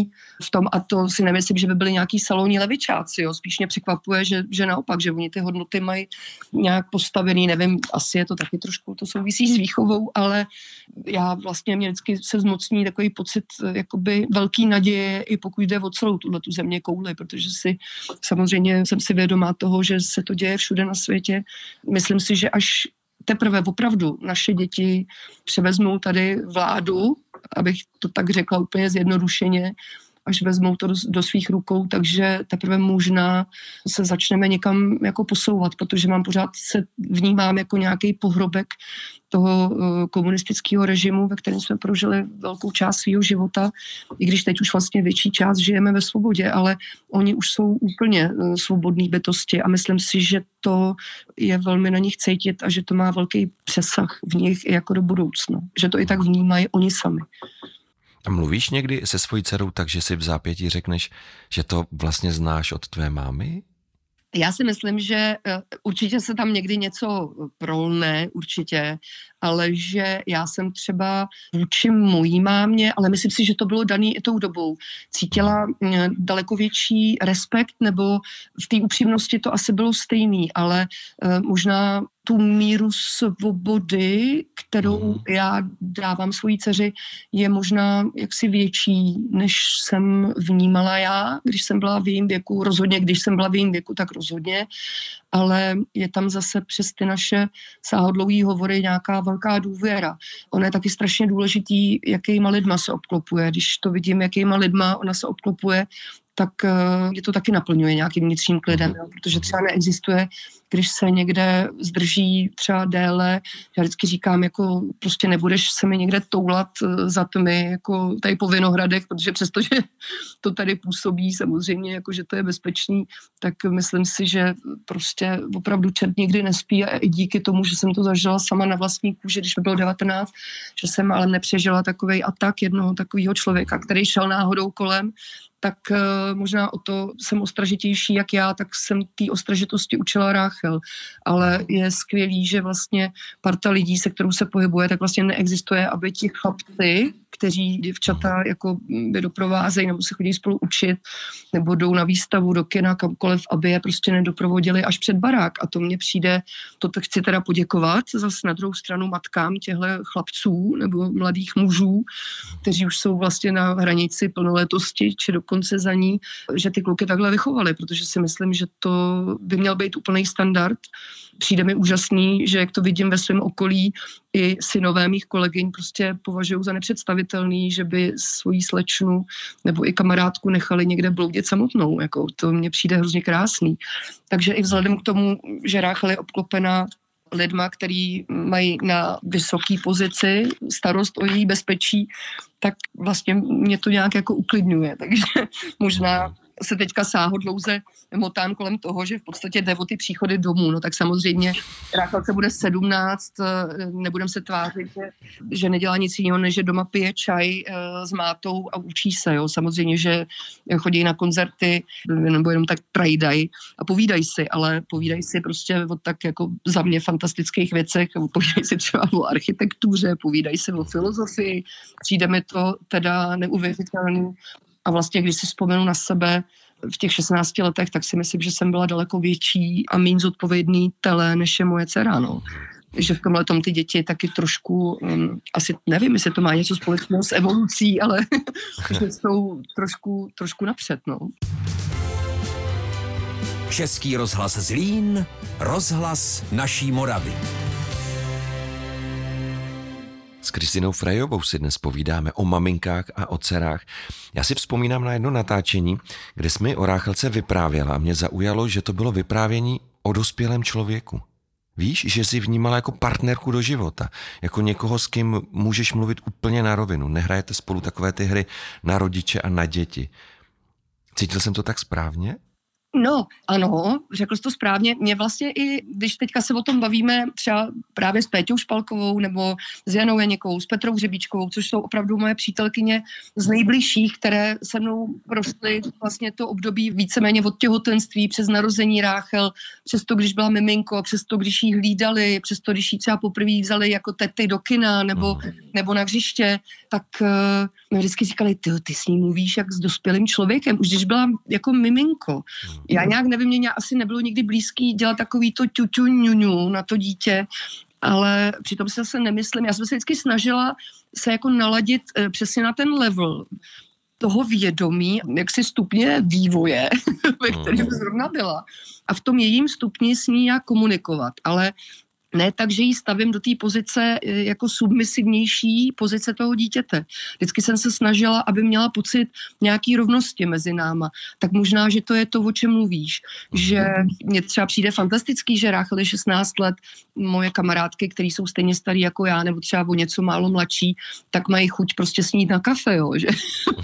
v tom, a to si nemyslím, že by byli nějaký salonní levičáci, jo. Spíš mě překvapuje, že naopak, že oni ty hodnoty mají nějak postavený, nevím, asi je to taky trošku, to souvisí s výchovou, ale já vlastně mě vždycky se zmocní takový pocit jakoby velký naděje, i pokud jde o celou tuhletu země kouli, protože si samozřejmě jsem si vědomá toho, že se to děje všude na světě. Myslím si, že až teprve opravdu naše děti převezmou tady vládu, abych to tak řekla úplně zjednodušeně, až vezmou to do svých rukou, takže teprve možná se začneme někam jako posouvat, protože pořád se vnímám jako nějaký pohrobek toho komunistického režimu, ve kterém jsme prožili velkou část svého života, i když teď už vlastně větší část žijeme ve svobodě, ale oni už jsou úplně svobodní bytosti a myslím si, že to je velmi na nich cítit a že to má velký přesah v nich i jako do budoucna. Že to i tak vnímají oni sami. A mluvíš někdy se svojí dcerou tak, že si v zápětí řekneš, že to vlastně znáš od tvé mámy? Já si myslím, že určitě se tam někdy něco prolne, určitě, ale že já jsem třeba vůči mojí mámě, ale myslím si, že to bylo daný i tou dobou, cítila daleko větší respekt, nebo v té upřímnosti to asi bylo stejný, ale možná tu míru svobody, kterou já dávám svojí dceři, je možná jaksi větší, než jsem vnímala já, když jsem byla v jejím věku. Rozhodně, když jsem byla v jejím věku, tak rozhodně. Ale je tam zase přes ty naše sáhodlouhý hovory nějaká velká důvěra. Ono je taky strašně důležitý, jakýma lidma se obklopuje. Když to vidím, jakýma lidma ona se obklopuje, tak je to taky naplňuje nějakým vnitřním klidem, jo? Protože třeba neexistuje, když se někde zdrží třeba déle, já vždycky říkám, jako prostě nebudeš se mi někde toulat za tmy, jako tady po Vinohradech, protože přestože to tady působí samozřejmě, jako že to je bezpečný, tak myslím si, že prostě opravdu čert nikdy nespí a i díky tomu, že jsem to zažila sama na vlastní kůži, když mi bylo 19, že jsem ale nepřežila takovej atak jednoho takového člověka, který šel náhodou kolem, tak možná o to jsem ostražitější jak já, tak jsem té ostražitosti učila Ráchel. Ale je skvělý, že vlastně parta lidí, se kterou se pohybuje, tak vlastně neexistuje, aby ti chlapci, kteří děvčata jako by doprovázejí nebo se chodí spolu učit, nebo jdou na výstavu, do kina, kamkoliv, aby je prostě nedoprovodili až před barák. A to mně přijde, to chci teda poděkovat zase na druhou stranu matkám těchto chlapců nebo mladých mužů, kteří už jsou vlastně na hranici plnoletosti, či dokonce za ní, že ty kluky takhle vychovali, protože si myslím, že to by měl být úplný standard. Přijde mi úžasný, že jak to vidím ve svém okolí, i synové mých kolegyň prostě považují za nepředstavitelný, že by svoji slečnu nebo i kamarádku nechali někde bloudit samotnou. Jako, to mně přijde hrozně krásný. Takže i vzhledem k tomu, že Ráchel je obklopená lidma, který mají na vysoké pozici starost o její bezpečí, tak vlastně mě to nějak jako uklidňuje. Takže možná se teďka sáhodlouze motám kolem toho, že v podstatě jde o ty příchody domů. No tak samozřejmě Ráchelce bude 17, nebudem se tvářit, že nedělá nic jiného, než že doma pije čaj s mátou a učí se. Jo. Samozřejmě, že chodí na koncerty nebo jenom tak trajdají a povídají si, ale povídají si prostě o tak jako za mě fantastických věcech, povídají si třeba o architektuře, povídají si o filozofii. Přijde mi to teda neuvěřitelný. A vlastně, když si vzpomenu na sebe v těch 16 letech, tak si myslím, že jsem byla daleko větší a méně zodpovědný tele, než je moje dcera, no. Že v tomhle tom ty děti taky trošku, asi nevím, jestli to má něco společného s evolucí, ale že jsou trošku napřed, no. Český rozhlas Zlín, rozhlas naší Moravy. S Kristinou Frejovou si dnes povídáme o maminkách a o dcerách. Já si vzpomínám na jedno natáčení, kde jsi mi o Ráchelce vyprávěla a mě zaujalo, že to bylo vyprávění o dospělém člověku. Víš, že jsi vnímala jako partnerku do života, jako někoho, s kým můžeš mluvit úplně na rovinu. Nehrajete spolu takové ty hry na rodiče a na děti. Cítil jsem to tak správně? No, ano, řekl jsi to správně. Mě vlastně i, když teďka se o tom bavíme třeba právě s Péťou Špalkovou nebo s Janou Janěkou, s Petrou Hřebíčkovou, což jsou opravdu moje přítelkyně z nejbližších, které se mnou prošly vlastně to období víceméně od těhotenství přes narození Ráchel, přes to, když byla miminko, přes to, když jí hlídali, přes to, když jí třeba poprvé vzali jako tety do kina nebo na hřiště, tak mi vždycky říkali, ty s ní mluvíš jak s dospělým člověkem, už když byla jako miminko. Já nějak nevím, mě asi nebylo nikdy blízký dělat takový to ťuťu na to dítě, ale přitom se zase nemyslím. Já jsem se vždycky snažila se jako naladit přesně na ten level toho vědomí, jak si stupně vývoje, ve kterém zrovna byla. A v tom jejím stupni s ní nějak komunikovat, ale ne tak, že ji stavím do té pozice jako submisivnější pozice toho dítěte. Vždycky jsem se snažila, aby měla pocit nějaký rovnosti mezi náma. Tak možná, že to je to, o čem mluvíš. Že mně třeba přijde fantastický, že Ráchel je 16 let, moje kamarádky, které jsou stejně starý jako já, nebo třeba o něco málo mladší, tak mají chuť prostě snít na kafe, jo. Že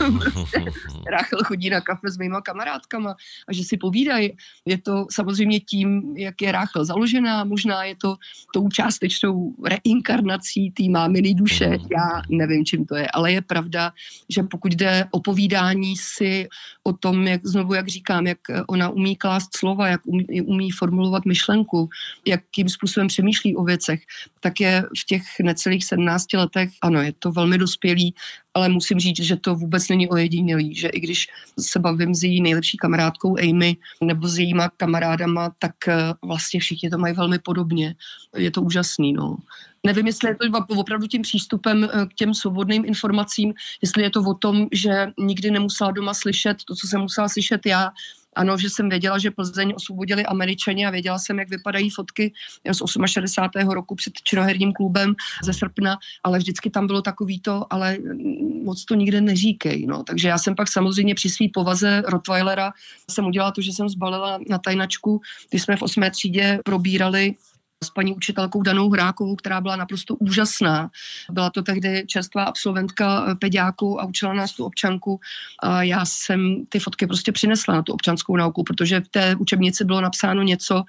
Ráchel chodí na kafe s mýma kamarádkama a že si povídají. Je to samozřejmě tím, jak je Ráchel založená, možná je to tou částečnou reinkarnací té máminy duše. Já nevím, čím to je, ale je pravda, že pokud jde o povídání si o tom, jak říkám, jak ona umí klást slova, jak umí formulovat myšlenku, jakým způsobem přemýšlí o věcech, tak je v těch necelých 17 letech, ano, je to velmi dospělý, ale musím říct, že to vůbec není ojedinělý, že i když se bavím s její nejlepší kamarádkou Amy nebo s jejíma kamarádama, tak vlastně všichni to mají velmi podobně. Je to úžasný, no. Nevím, jestli je to opravdu tím přístupem k těm svobodným informacím, jestli je to o tom, že nikdy nemusela doma slyšet to, co jsem musela slyšet já. Ano, že jsem věděla, že Plzeň osvobodili Američani a věděla jsem, jak vypadají fotky z 68. roku před činoherním klubem ze srpna, ale vždycky tam bylo takový to, ale moc to nikde neříkej. No. Takže já jsem pak samozřejmě při svý povaze Rottweilera jsem udělala to, že jsem zbalila na tajnačku, když jsme v 8. třídě probírali s paní učitelkou Danou Hrákovou, která byla naprosto úžasná. Byla to tehdy čerstvá absolventka pediáku a učila nás tu občanku a já jsem ty fotky prostě přinesla na tu občanskou nauku, protože v té učebnici bylo napsáno něco,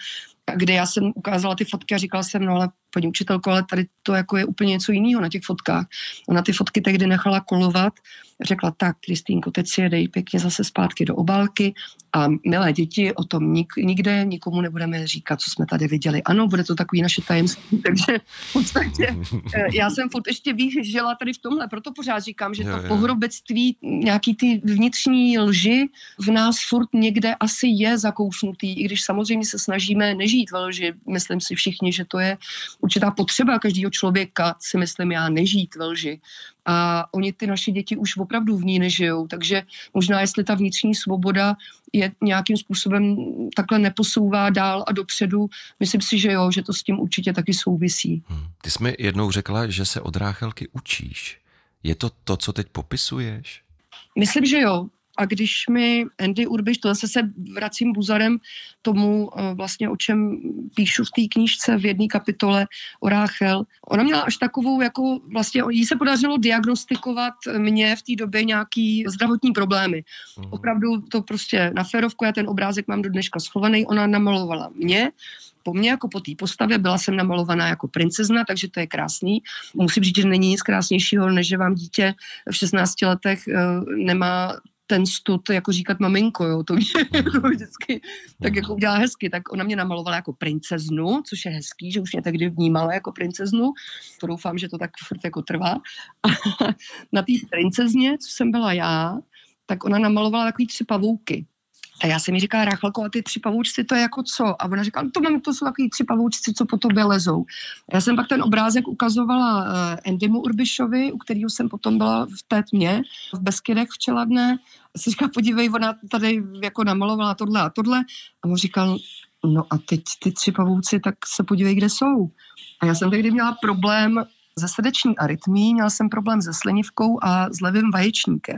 kde já jsem ukázala ty fotky a říkala jsem, no ale paní učitelko, ale tady to jako je úplně něco jiného na těch fotkách. Ona ty fotky tehdy nechala kolovat, řekla tak, Kristýnko, teď si jedej pěkně zase zpátky do obálky a milé děti, o tom nikde nikomu nebudeme říkat, co jsme tady viděli. Ano, bude to takový naše tajemství, takže v podstatě já jsem furt ještě víc žila tady v tomhle, proto pořád říkám, že to pohrobectví, nějaký ty vnitřní lži v nás furt někde asi je zakousnutý, i když samozřejmě se snažíme nežít ve lži. Myslím si všichni, že to je určitá potřeba každého člověka, si myslím já, nežít ve lži. A oni ty naše děti už opravdu v ní nežijou, takže možná jestli ta vnitřní svoboda je nějakým způsobem takhle neposouvá dál a dopředu, myslím si, že jo, že to s tím určitě taky souvisí. Ty jsi mi jednou řekla, že se od Ráchelky učíš. Je to to, co teď popisuješ? Myslím, že jo. A když mi Andy Urbiš, to zase se vracím buzarem tomu vlastně, o čem píšu v té knížce v jedné kapitole o Ráchel. Ona měla až takovou, jako vlastně jí se podařilo diagnostikovat mě v té době nějaký zdravotní problémy. Opravdu to prostě na férovku, já ten obrázek mám do dneška schovaný, ona namalovala mě. Po mně jako po té postavě byla jsem namalovaná jako princezna, takže to je krásný. Musím říct, že není nic krásnějšího, než že vám dítě v 16 letech nemá ten stud, jako říkat maminko, jo, to mě vždycky tak jako udělá hezky, tak ona mě namalovala jako princeznu, což je hezký, že už mě tehdy vnímala jako princeznu, to doufám, že to tak furt jako trvá. A na té princezně, co jsem byla já, tak ona namalovala takový 3 pavouky. A já jsem jí říkala, Ráchelko, a ty 3 pavoučci, to je jako co? A ona říkala, no to jsou takový 3 pavoučci, co po tobě lezou. A já jsem pak ten obrázek ukazovala Andymu Urbišovi, u kterého jsem potom byla v té tmě, v Beskydech v Čeladné. A jsem říkala, podívej, ona tady jako namalovala tohle a tohle. A on říkal, no a teď ty 3 pavouci, tak se podívej, kde jsou. A já jsem tehdy měla problém se srdeční arytmí, měla jsem problém se slinivkou a s levým vaječníkem.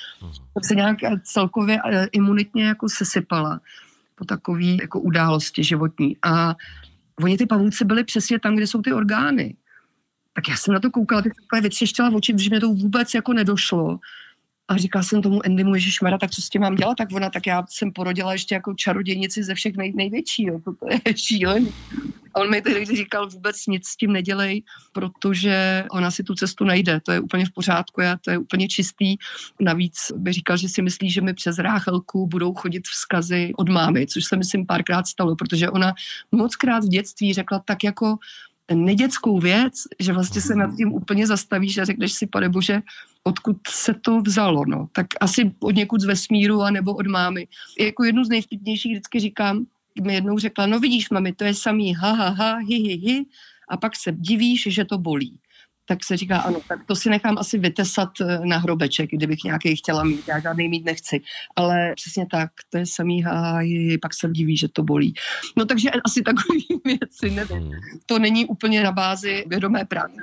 Tak se nějak celkově imunitně jako sesypala po takové jako události životní. A oni ty pavouci byli přesně tam, kde jsou ty orgány. Tak já jsem na to koukala, tak jsem vytřeštěla v oči, protože mi to vůbec jako nedošlo. A říkala jsem tomu Andymu, ježišmarja, tak co s tím mám dělat? Tak ona, tak já jsem porodila ještě jako čarodějnici ze všech největší, jo. To je šílený. A on mi tehdy říkal, vůbec nic s tím nedělej, protože ona si tu cestu najde. To je úplně v pořádku, to je úplně čistý. Navíc by říkal, že si myslí, že mi přes Ráchelku budou chodit vzkazy od mámy, což se myslím párkrát stalo, protože ona mockrát v dětství řekla tak jako nedětskou věc, že vlastně se nad tím úplně zastavíš a řekneš si, pane bože, odkud se to vzalo, no. Tak asi od někud z vesmíru anebo od mámy. Jako jednu z nejvtipnějších vždycky říkám, mi jednou řekla, no vidíš, mami, to je samý ha, hi, a pak se divíš, že to bolí. Tak se říká, ano, tak to si nechám asi vytesat na hrobeček, kdybych nějaký chtěla mít, já žádnej mít nechci. Ale přesně tak, to je samý ha, hi, pak se diví, že to bolí. No takže asi takový věci, nevím. To není úplně na bázi vědomé práce.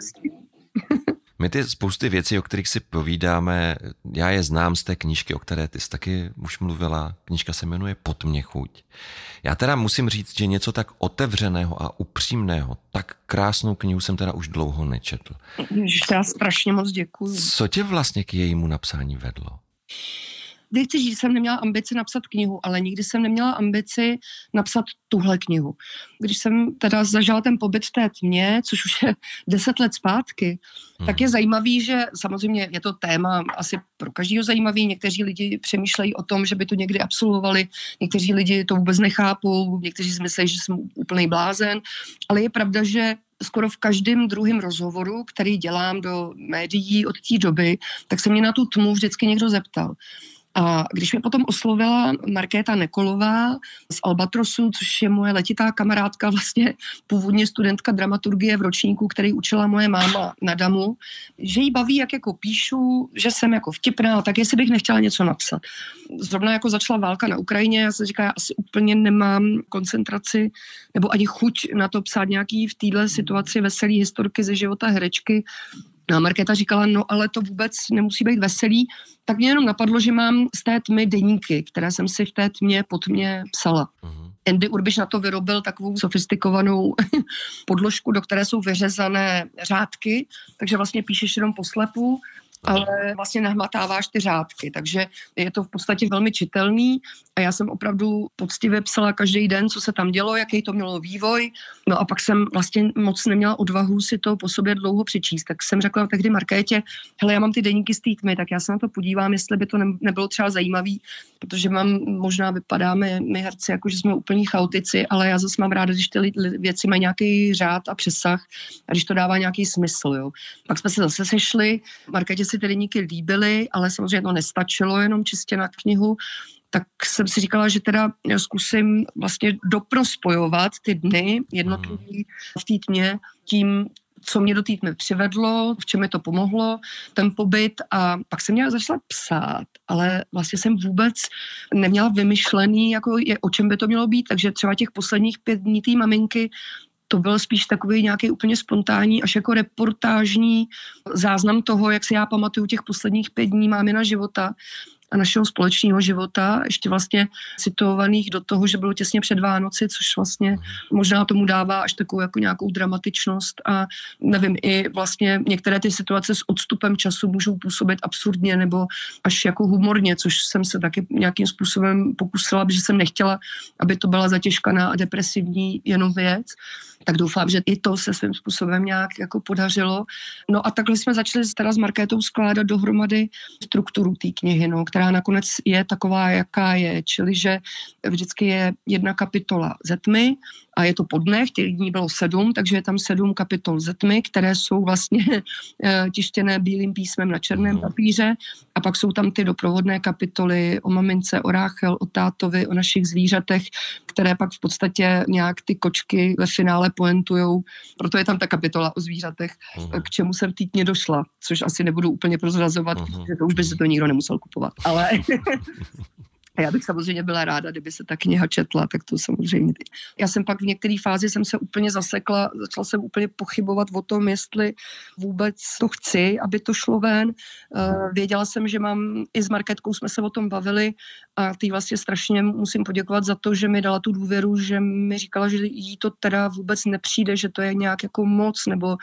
My ty spousty věcí, o kterých si povídáme, já je znám z té knížky, o které ty jsi taky už mluvila. Knížka se jmenuje Pod mě chuť. Já teda musím říct, že něco tak otevřeného a upřímného, tak krásnou knihu jsem teda už dlouho nečetl. Já strašně moc děkuju. Co tě vlastně k jejímu napsání vedlo? Nechci říct, že jsem neměla ambici napsat knihu, ale nikdy jsem neměla ambici napsat tuhle knihu. Když jsem teda zažila ten pobyt v té tmě, což už je 10 let zpátky, tak je zajímavý, že samozřejmě je to téma asi pro každého zajímavý. Někteří lidi přemýšlejí o tom, že by to někdy absolvovali, někteří lidi to vůbec nechápou, někteří si myslí, že jsem úplný blázen, ale je pravda, že skoro v každém druhém rozhovoru, který dělám do médií od té doby, tak se mě na tu tmu vždycky někdo zeptal. A když mě potom oslovila Markéta Nekolová z Albatrosu, což je moje letitá kamarádka, vlastně původně studentka dramaturgie v ročníku, který učila moje máma na Damu, že jí baví, jak jako píšu, že jsem jako vtipná, tak jestli bych nechtěla něco napsat. Zrovna jako začala válka na Ukrajině, já se říká, já asi úplně nemám koncentraci nebo ani chuť na to psát nějaký v téhle situaci veselý historky ze života herečky. No a Markéta říkala, no ale to vůbec nemusí být veselý, tak mě jenom napadlo, že mám z té tmy deníky, které jsem si v té tmě pod mě psala. Andy Urbiš na to vyrobil takovou sofistikovanou podložku, do které jsou vyřezané řádky, takže vlastně píšeš jenom poslepu ale vlastně nahmatáváš ty řádky, takže je to v podstatě velmi čitelný a já jsem opravdu poctivě psala každý den, co se tam dělo, jaký to mělo vývoj, no a pak jsem vlastně moc neměla odvahu si to po sobě dlouho přečíst, tak jsem řekla tehdy Markétě, hele, já mám ty deníky z té tmy, tak já se na to podívám, jestli by to nebylo třeba zajímavý, protože možná vypadáme my herci, jako že jsme úplní chaotici, ale já zase mám ráda, když ty věci mají nějaký řád a přesah a když to dává nějaký smysl, jo. Pak jsme se zase sešli, Markétě si ty deníky líbily, ale samozřejmě to nestačilo jenom čistě na knihu, tak jsem si říkala, že teda zkusím vlastně doprospojovat ty dny jednotlivý v té tmě tím, co mě do té tmy přivedlo, v čem mi to pomohlo, ten pobyt a pak jsem měla začala psát, ale vlastně jsem vůbec neměla vymyšlený, jako o čem by to mělo být, takže třeba těch posledních 5 dní té maminky to byl spíš takový nějaký úplně spontánní, až jako reportážní záznam toho, jak si já pamatuju těch posledních 5 dní mámina života a našeho společného života, ještě vlastně situovaných do toho, že bylo těsně před Vánoci, což vlastně možná tomu dává až takovou jako nějakou dramatičnost a nevím, i vlastně některé ty situace s odstupem času můžou působit absurdně nebo až jako humorně, což jsem se taky nějakým způsobem pokusila, protože jsem nechtěla, aby to byla zatěžkaná a depresivní jenom věc. Tak doufám, že i to se svým způsobem nějak jako podařilo. No a takhle jsme začali teda s Markétou skládat dohromady strukturu té knihy, no, která nakonec je taková, jaká je, čili že vždycky je jedna kapitola ze tmy a je to po dnech, těch dní bylo 7, takže je tam 7 kapitol ze tmy, které jsou vlastně tištěné bílým písmem na černém papíře a pak jsou tam ty doprovodné kapitoly o mamince, o Ráchel, o tátovi, o našich zvířatech, které pak v podstatě nějak ty kočky ve finále poentujou. Proto je tam ta kapitola o zvířatech, k čemu jsem v té knize došla, což asi nebudu úplně prozrazovat, protože to už by se to nikdo nemusel kupovat. Ale a já bych samozřejmě byla ráda, kdyby se ta kniha četla, tak to samozřejmě. Já jsem pak v některé fázi jsem se úplně zasekla, začala jsem úplně pochybovat o tom, jestli vůbec to chci, aby to šlo ven. Věděla jsem, že mám, i s Markétkou jsme se o tom bavili a tý vlastně strašně musím poděkovat za to, že mi dala tu důvěru, že mi říkala, že jí to teda vůbec nepřijde, že to je nějak jako moc, nebo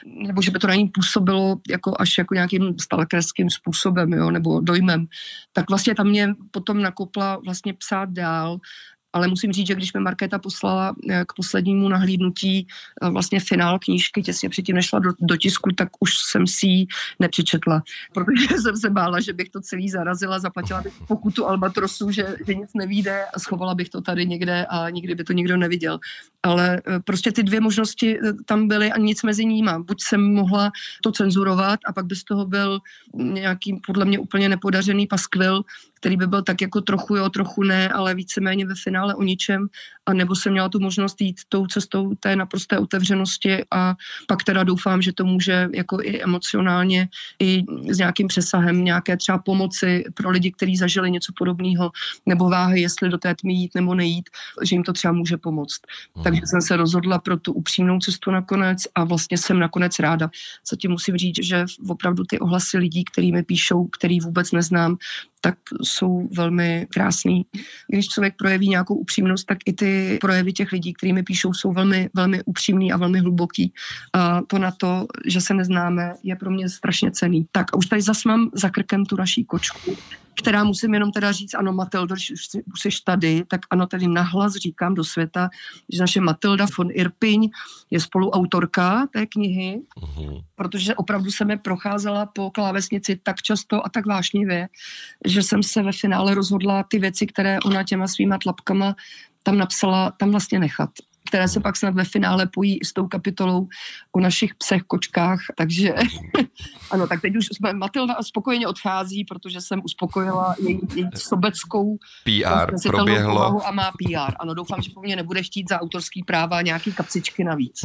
že by to na ní působilo jako až jako nějakým stalkerským způsobem, jo, nebo dojmem. Tak vlastně tam mě potom nakopla vlastně psát dál, ale musím říct, že když mi Markéta poslala k poslednímu nahlídnutí vlastně finál knížky, těsně předtím nešla do tisku, tak už jsem si ji nepřečetla, protože jsem se bála, že bych to celý zarazila, zaplatila bych pokutu Albatrosu, že nic nevyjde a schovala bych to tady někde a nikdy by to nikdo neviděl. Ale prostě ty 2 možnosti tam byly a nic mezi nimi. Buď jsem mohla to cenzurovat a pak by z toho byl nějaký podle mě úplně nepodařený paskvil, který by byl tak jako trochu jo, trochu ne, ale víceméně ve finále o ničem, a nebo jsem měla tu možnost jít tou cestou té naprosté otevřenosti a pak teda doufám, že to může jako i emocionálně, i s nějakým přesahem nějaké třeba pomoci pro lidi, kteří zažili něco podobného, nebo váhy, jestli do té tmy jít nebo nejít, že jim to třeba může pomoct. Takže jsem se rozhodla pro tu upřímnou cestu nakonec a vlastně jsem nakonec ráda. Zatím musím říct, že opravdu ty ohlasy lidí, který mi píšou, který vůbec neznám, tak jsou velmi krásný. Když člověk projeví nějakou upřímnost, tak i ty projevy těch lidí, který mi píšou, jsou velmi, velmi upřímný a velmi hluboký. A to na to, že se neznáme, je pro mě strašně cenný. Tak a už tady zas mám za krkem tu naší kočku, která musím jenom teda říct, ano, Matildo, když už jsi tady, tak ano, tady nahlas říkám do světa, že naše Matilda von Irpiň je spoluautorka té knihy, protože opravdu se mi procházela po klávesnici tak často a tak vášnivě, že jsem se ve finále rozhodla ty věci, které ona těma svýma tlapkama tam napsala, tam vlastně nechat, které se pak snad ve finále pojí i s tou kapitolou o našich psech, kočkách, takže ano, tak teď už Matilda spokojeně odchází, protože jsem uspokojila její sobeckou PR proběhlo a má PR. Ano, doufám, že po mně nebude chtít za autorský práva nějaký kapsičky navíc.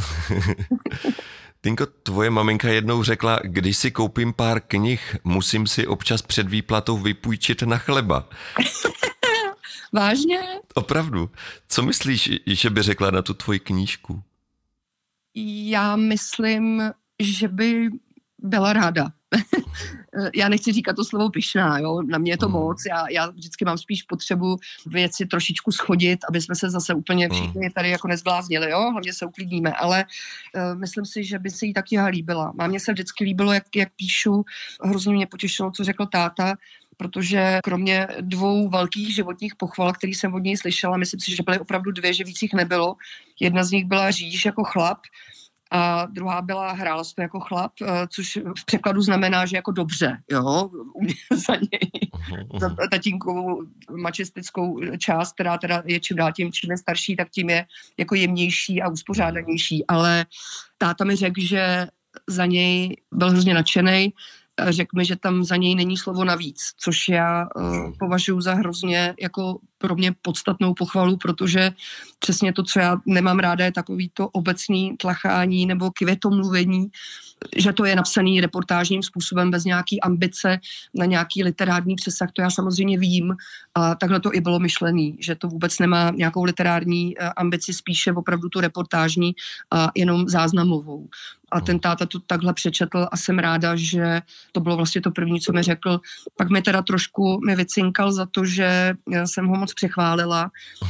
Tinko, tvoje maminka jednou řekla, když si koupím pár knih, musím si občas před výplatou vypůjčit na chleba. Vážně? Opravdu. Co myslíš, že by řekla na tu tvoji knížku? Já myslím, že by byla ráda. Já nechci říkat to slovo pyšná, jo? Na mě je to moc, já vždycky mám spíš potřebu věci trošičku schodit, aby jsme se zase úplně všichni tady jako nezbláznili, jo? Hlavně se uklidníme, ale myslím si, že by se jí tak kniha líbila. Mámě se vždycky líbilo, jak píšu, hrozně mě potěšilo, co řekl táta, protože kromě 2 velkých životních pochval, které jsem od něj slyšela, myslím si, že byly opravdu 2, že víc jich nebylo. Jedna z nich byla říš jako chlap, a druhá byla hrál jsi to jako chlap, což v překladu znamená, že jako dobře, jo, za něj, za tatínkovou mačistickou část, která teda je čím dál tím, čím je starší, tak tím je jako jemnější a uspořádanější, ale táta mi řekl, že za něj byl hrozně nadšenej, řekl mi, že tam za něj není slovo navíc, což já považuji za hrozně jako pro mě podstatnou pochvalu, protože přesně to, co já nemám ráda, je takový to obecný tlachání nebo květomluvení, že to je napsaný reportážním způsobem bez nějaký ambice na nějaký literární přesah, to já samozřejmě vím a takhle to i bylo myšlený, že to vůbec nemá nějakou literární ambici, spíše opravdu tu reportážní a jenom záznamovou. A ten táta to takhle přečetl a jsem ráda, že to bylo vlastně to první, co mi řekl. Pak mi teda trošku vycinkal za to, že jsem ho moc přechválila.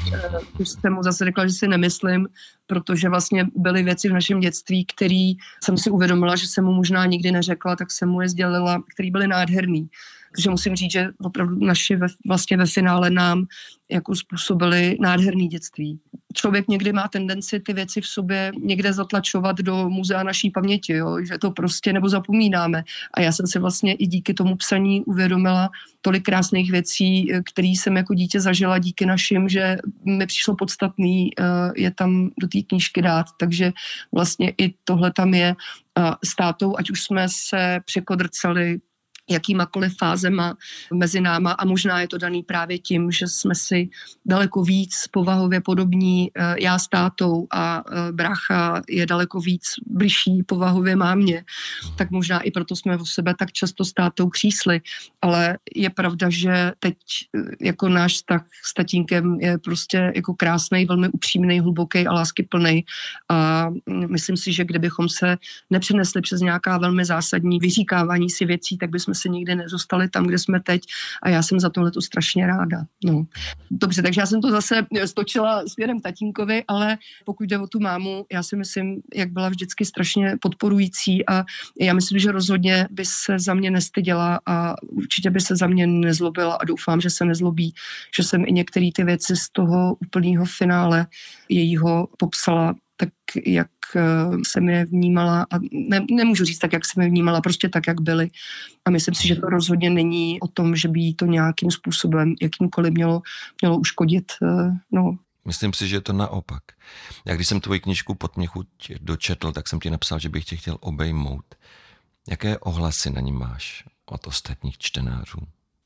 Už jsem mu zase řekla, že si nemyslím, protože vlastně byly věci v našem dětství, které jsem si uvědomila, že jsem mu možná nikdy neřekla, tak jsem mu je sdělila, které byly nádherný. Takže musím říct, že opravdu naši vlastně ve finále nám jako způsobili nádherný dětství. Člověk někdy má tendenci ty věci v sobě někde zatlačovat do muzea naší paměti, jo? Že to prostě nebo zapomínáme. A já jsem si vlastně i díky tomu psaní uvědomila tolik krásných věcí, které jsem jako dítě zažila díky našim, že mi přišlo podstatný je tam do té knížky dát. Takže vlastně i tohle tam je s tátou, ať už jsme se překodrcali jakýmakoliv fázema mezi náma a možná je to daný právě tím, že jsme si daleko víc povahově podobní, já s tátou a brácha je daleko víc bližší povahově mámě, tak možná i proto jsme o sebe tak často s tátou křísli, ale je pravda, že teď jako náš vztah s tatínkem je prostě jako krásnej, velmi upřímnej, hluboký a láskyplnej a myslím si, že kdybychom se nepřenesli přes nějaká velmi zásadní vyříkávání si věcí, tak bychom se nikdy nezůstali tam, kde jsme teď a já jsem za tohleto strašně ráda. No. Dobře, takže já jsem to zase stočila směrem tatínkovi, ale pokud jde o tu mámu, já si myslím, jak byla vždycky strašně podporující a já myslím, že rozhodně by se za mě nestyděla a určitě by se za mě nezlobila a doufám, že se nezlobí, že jsem i některé ty věci z toho úplného finále jejího popsala tak, jak jsem je vnímala a nemůžu říct tak, jak jsem je vnímala, prostě tak, jak byly. A myslím si, že to rozhodně není o tom, že by jí to nějakým způsobem, jakýmkoliv mělo uškodit. No. Myslím si, že je to naopak. Já když jsem tvoji knížku Podměchuť dočetl, tak jsem ti napsal, že bych tě chtěl obejmout. Jaké ohlasy na ní máš od ostatních čtenářů?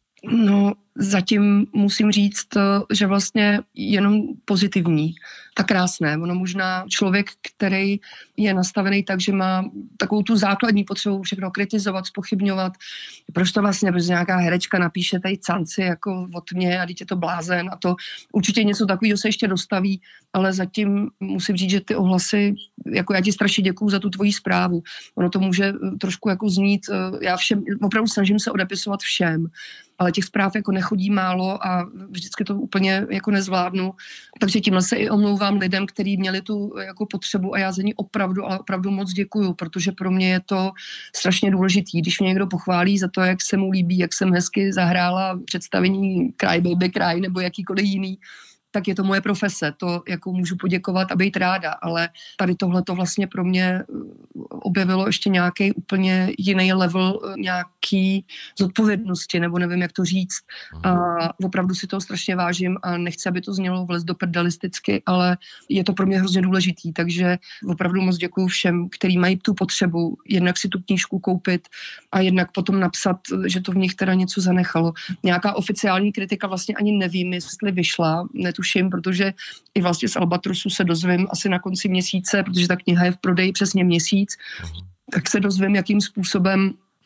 No, zatím musím říct, že vlastně jenom pozitivní a krásné. Ono možná člověk, který je nastavený tak, že má takovou tu základní potřebu všechno kritizovat, zpochybňovat. Proč to vlastně, protože nějaká herečka napíše tady canci jako od mě a teď je to blázen a to určitě něco takového se ještě dostaví, ale zatím musím říct, že ty ohlasy, jako já ti strašně děkuju za tu tvoji zprávu. Ono to může trošku jako znít, já všem, opravdu snažím se odepisovat všem, ale těch zpráv jako nechodí málo a vždycky to úplně jako nezvládnu. Takže tímhle se i omlouvám lidem, kteří měli tu jako potřebu a já za ní opravdu moc děkuju, protože pro mě je to strašně důležitý. Když mě někdo pochválí za to, jak se mu líbí, jak jsem hezky zahrála představení Cry Baby Cry nebo jakýkoliv jiný, tak je to moje profese, to jako můžu poděkovat a být ráda, ale tady tohle to vlastně pro mě objevilo ještě nějaký úplně jiný level nějaký zodpovědnosti, nebo nevím, jak to říct. A opravdu si toho strašně vážím a nechci, aby to znělo vlez do prdelisticky, ale je to pro mě hrozně důležitý, takže opravdu moc děkuju všem, kteří mají tu potřebu jednak si tu knížku koupit a jednak potom napsat, že to v nich teda něco zanechalo. Nějaká oficiální kritika vlastně ani nevím, jestli vyšla, netuším, protože i vlastně z Albatrosu se dozvím asi na konci měsíce, protože ta kniha je v prodeji přesně měsíc, tak se dozvím, jakým způsobem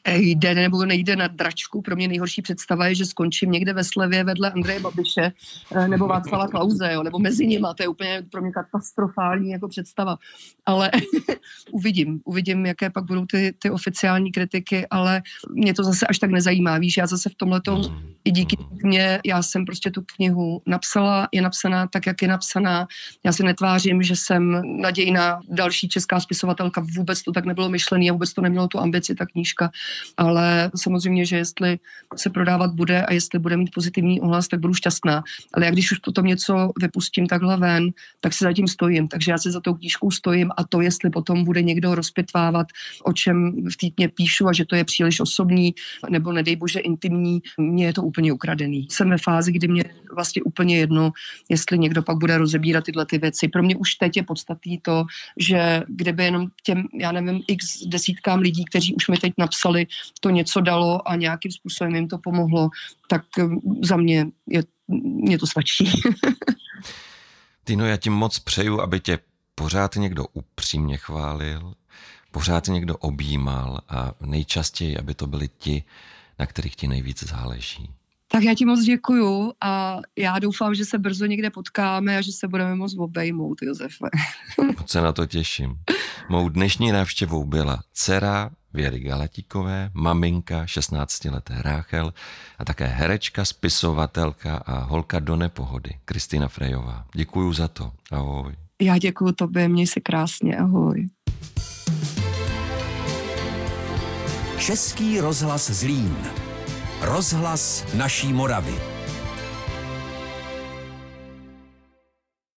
jde nebo nejde na dračku. Pro mě nejhorší představa je, že skončím někde ve slevě vedle Andreje Babiše nebo Václava Klause, jo, nebo mezi nima. To je úplně pro mě katastrofální jako představa. Ale uvidím, jaké pak budou ty oficiální kritiky, ale mě to zase až tak nezajímá. Víš, já zase v tomhletom i díky mě, já jsem prostě tu knihu napsala, je napsaná tak, jak je napsaná. Já si netvářím, že jsem nadějná další česká spisovatelka. Vůbec to tak nebylo myšlený a vůbec to nemělo tu ambici, ta knížka. Ale samozřejmě, že jestli se prodávat bude a jestli bude mít pozitivní ohlas, tak budu šťastná. Ale jak když už potom něco vypustím takhle ven, tak si zatím stojím. Takže já si za tou knížkou stojím a to, jestli potom bude někdo rozpitvávat, o čem v té knize píšu a že to je příliš osobní nebo nedej bože intimní, mně je to úplně ukradený. Jsem ve fázi, kdy mě vlastně úplně jedno, jestli někdo pak bude rozebírat tyhle ty věci. Pro mě už teď je podstatný to, že kdyby jenom těm, já nevím, x desítkám lidí, kteří už mi teď napsali, to něco dalo a nějakým způsobem jim to pomohlo, tak za mě to stačí. Tino, já ti moc přeju, aby tě pořád někdo upřímně chválil, pořád někdo objímal a nejčastěji, aby to byli ti, na kterých ti nejvíc záleží. Tak já ti moc děkuju a já doufám, že se brzo někde potkáme a že se budeme moc obejmout, Josefe. Moc se na to těším. Mou dnešní návštěvou byla dcera Věry Galatíkové, maminka 16leté Ráchel a také herečka, spisovatelka a holka do nepohody Kristýna Frejová. Děkuju za to. Ahoj. Já děkuju tobě, měj se krásně, ahoj. Český rozhlas Zlín. Rozhlas naší Moravy.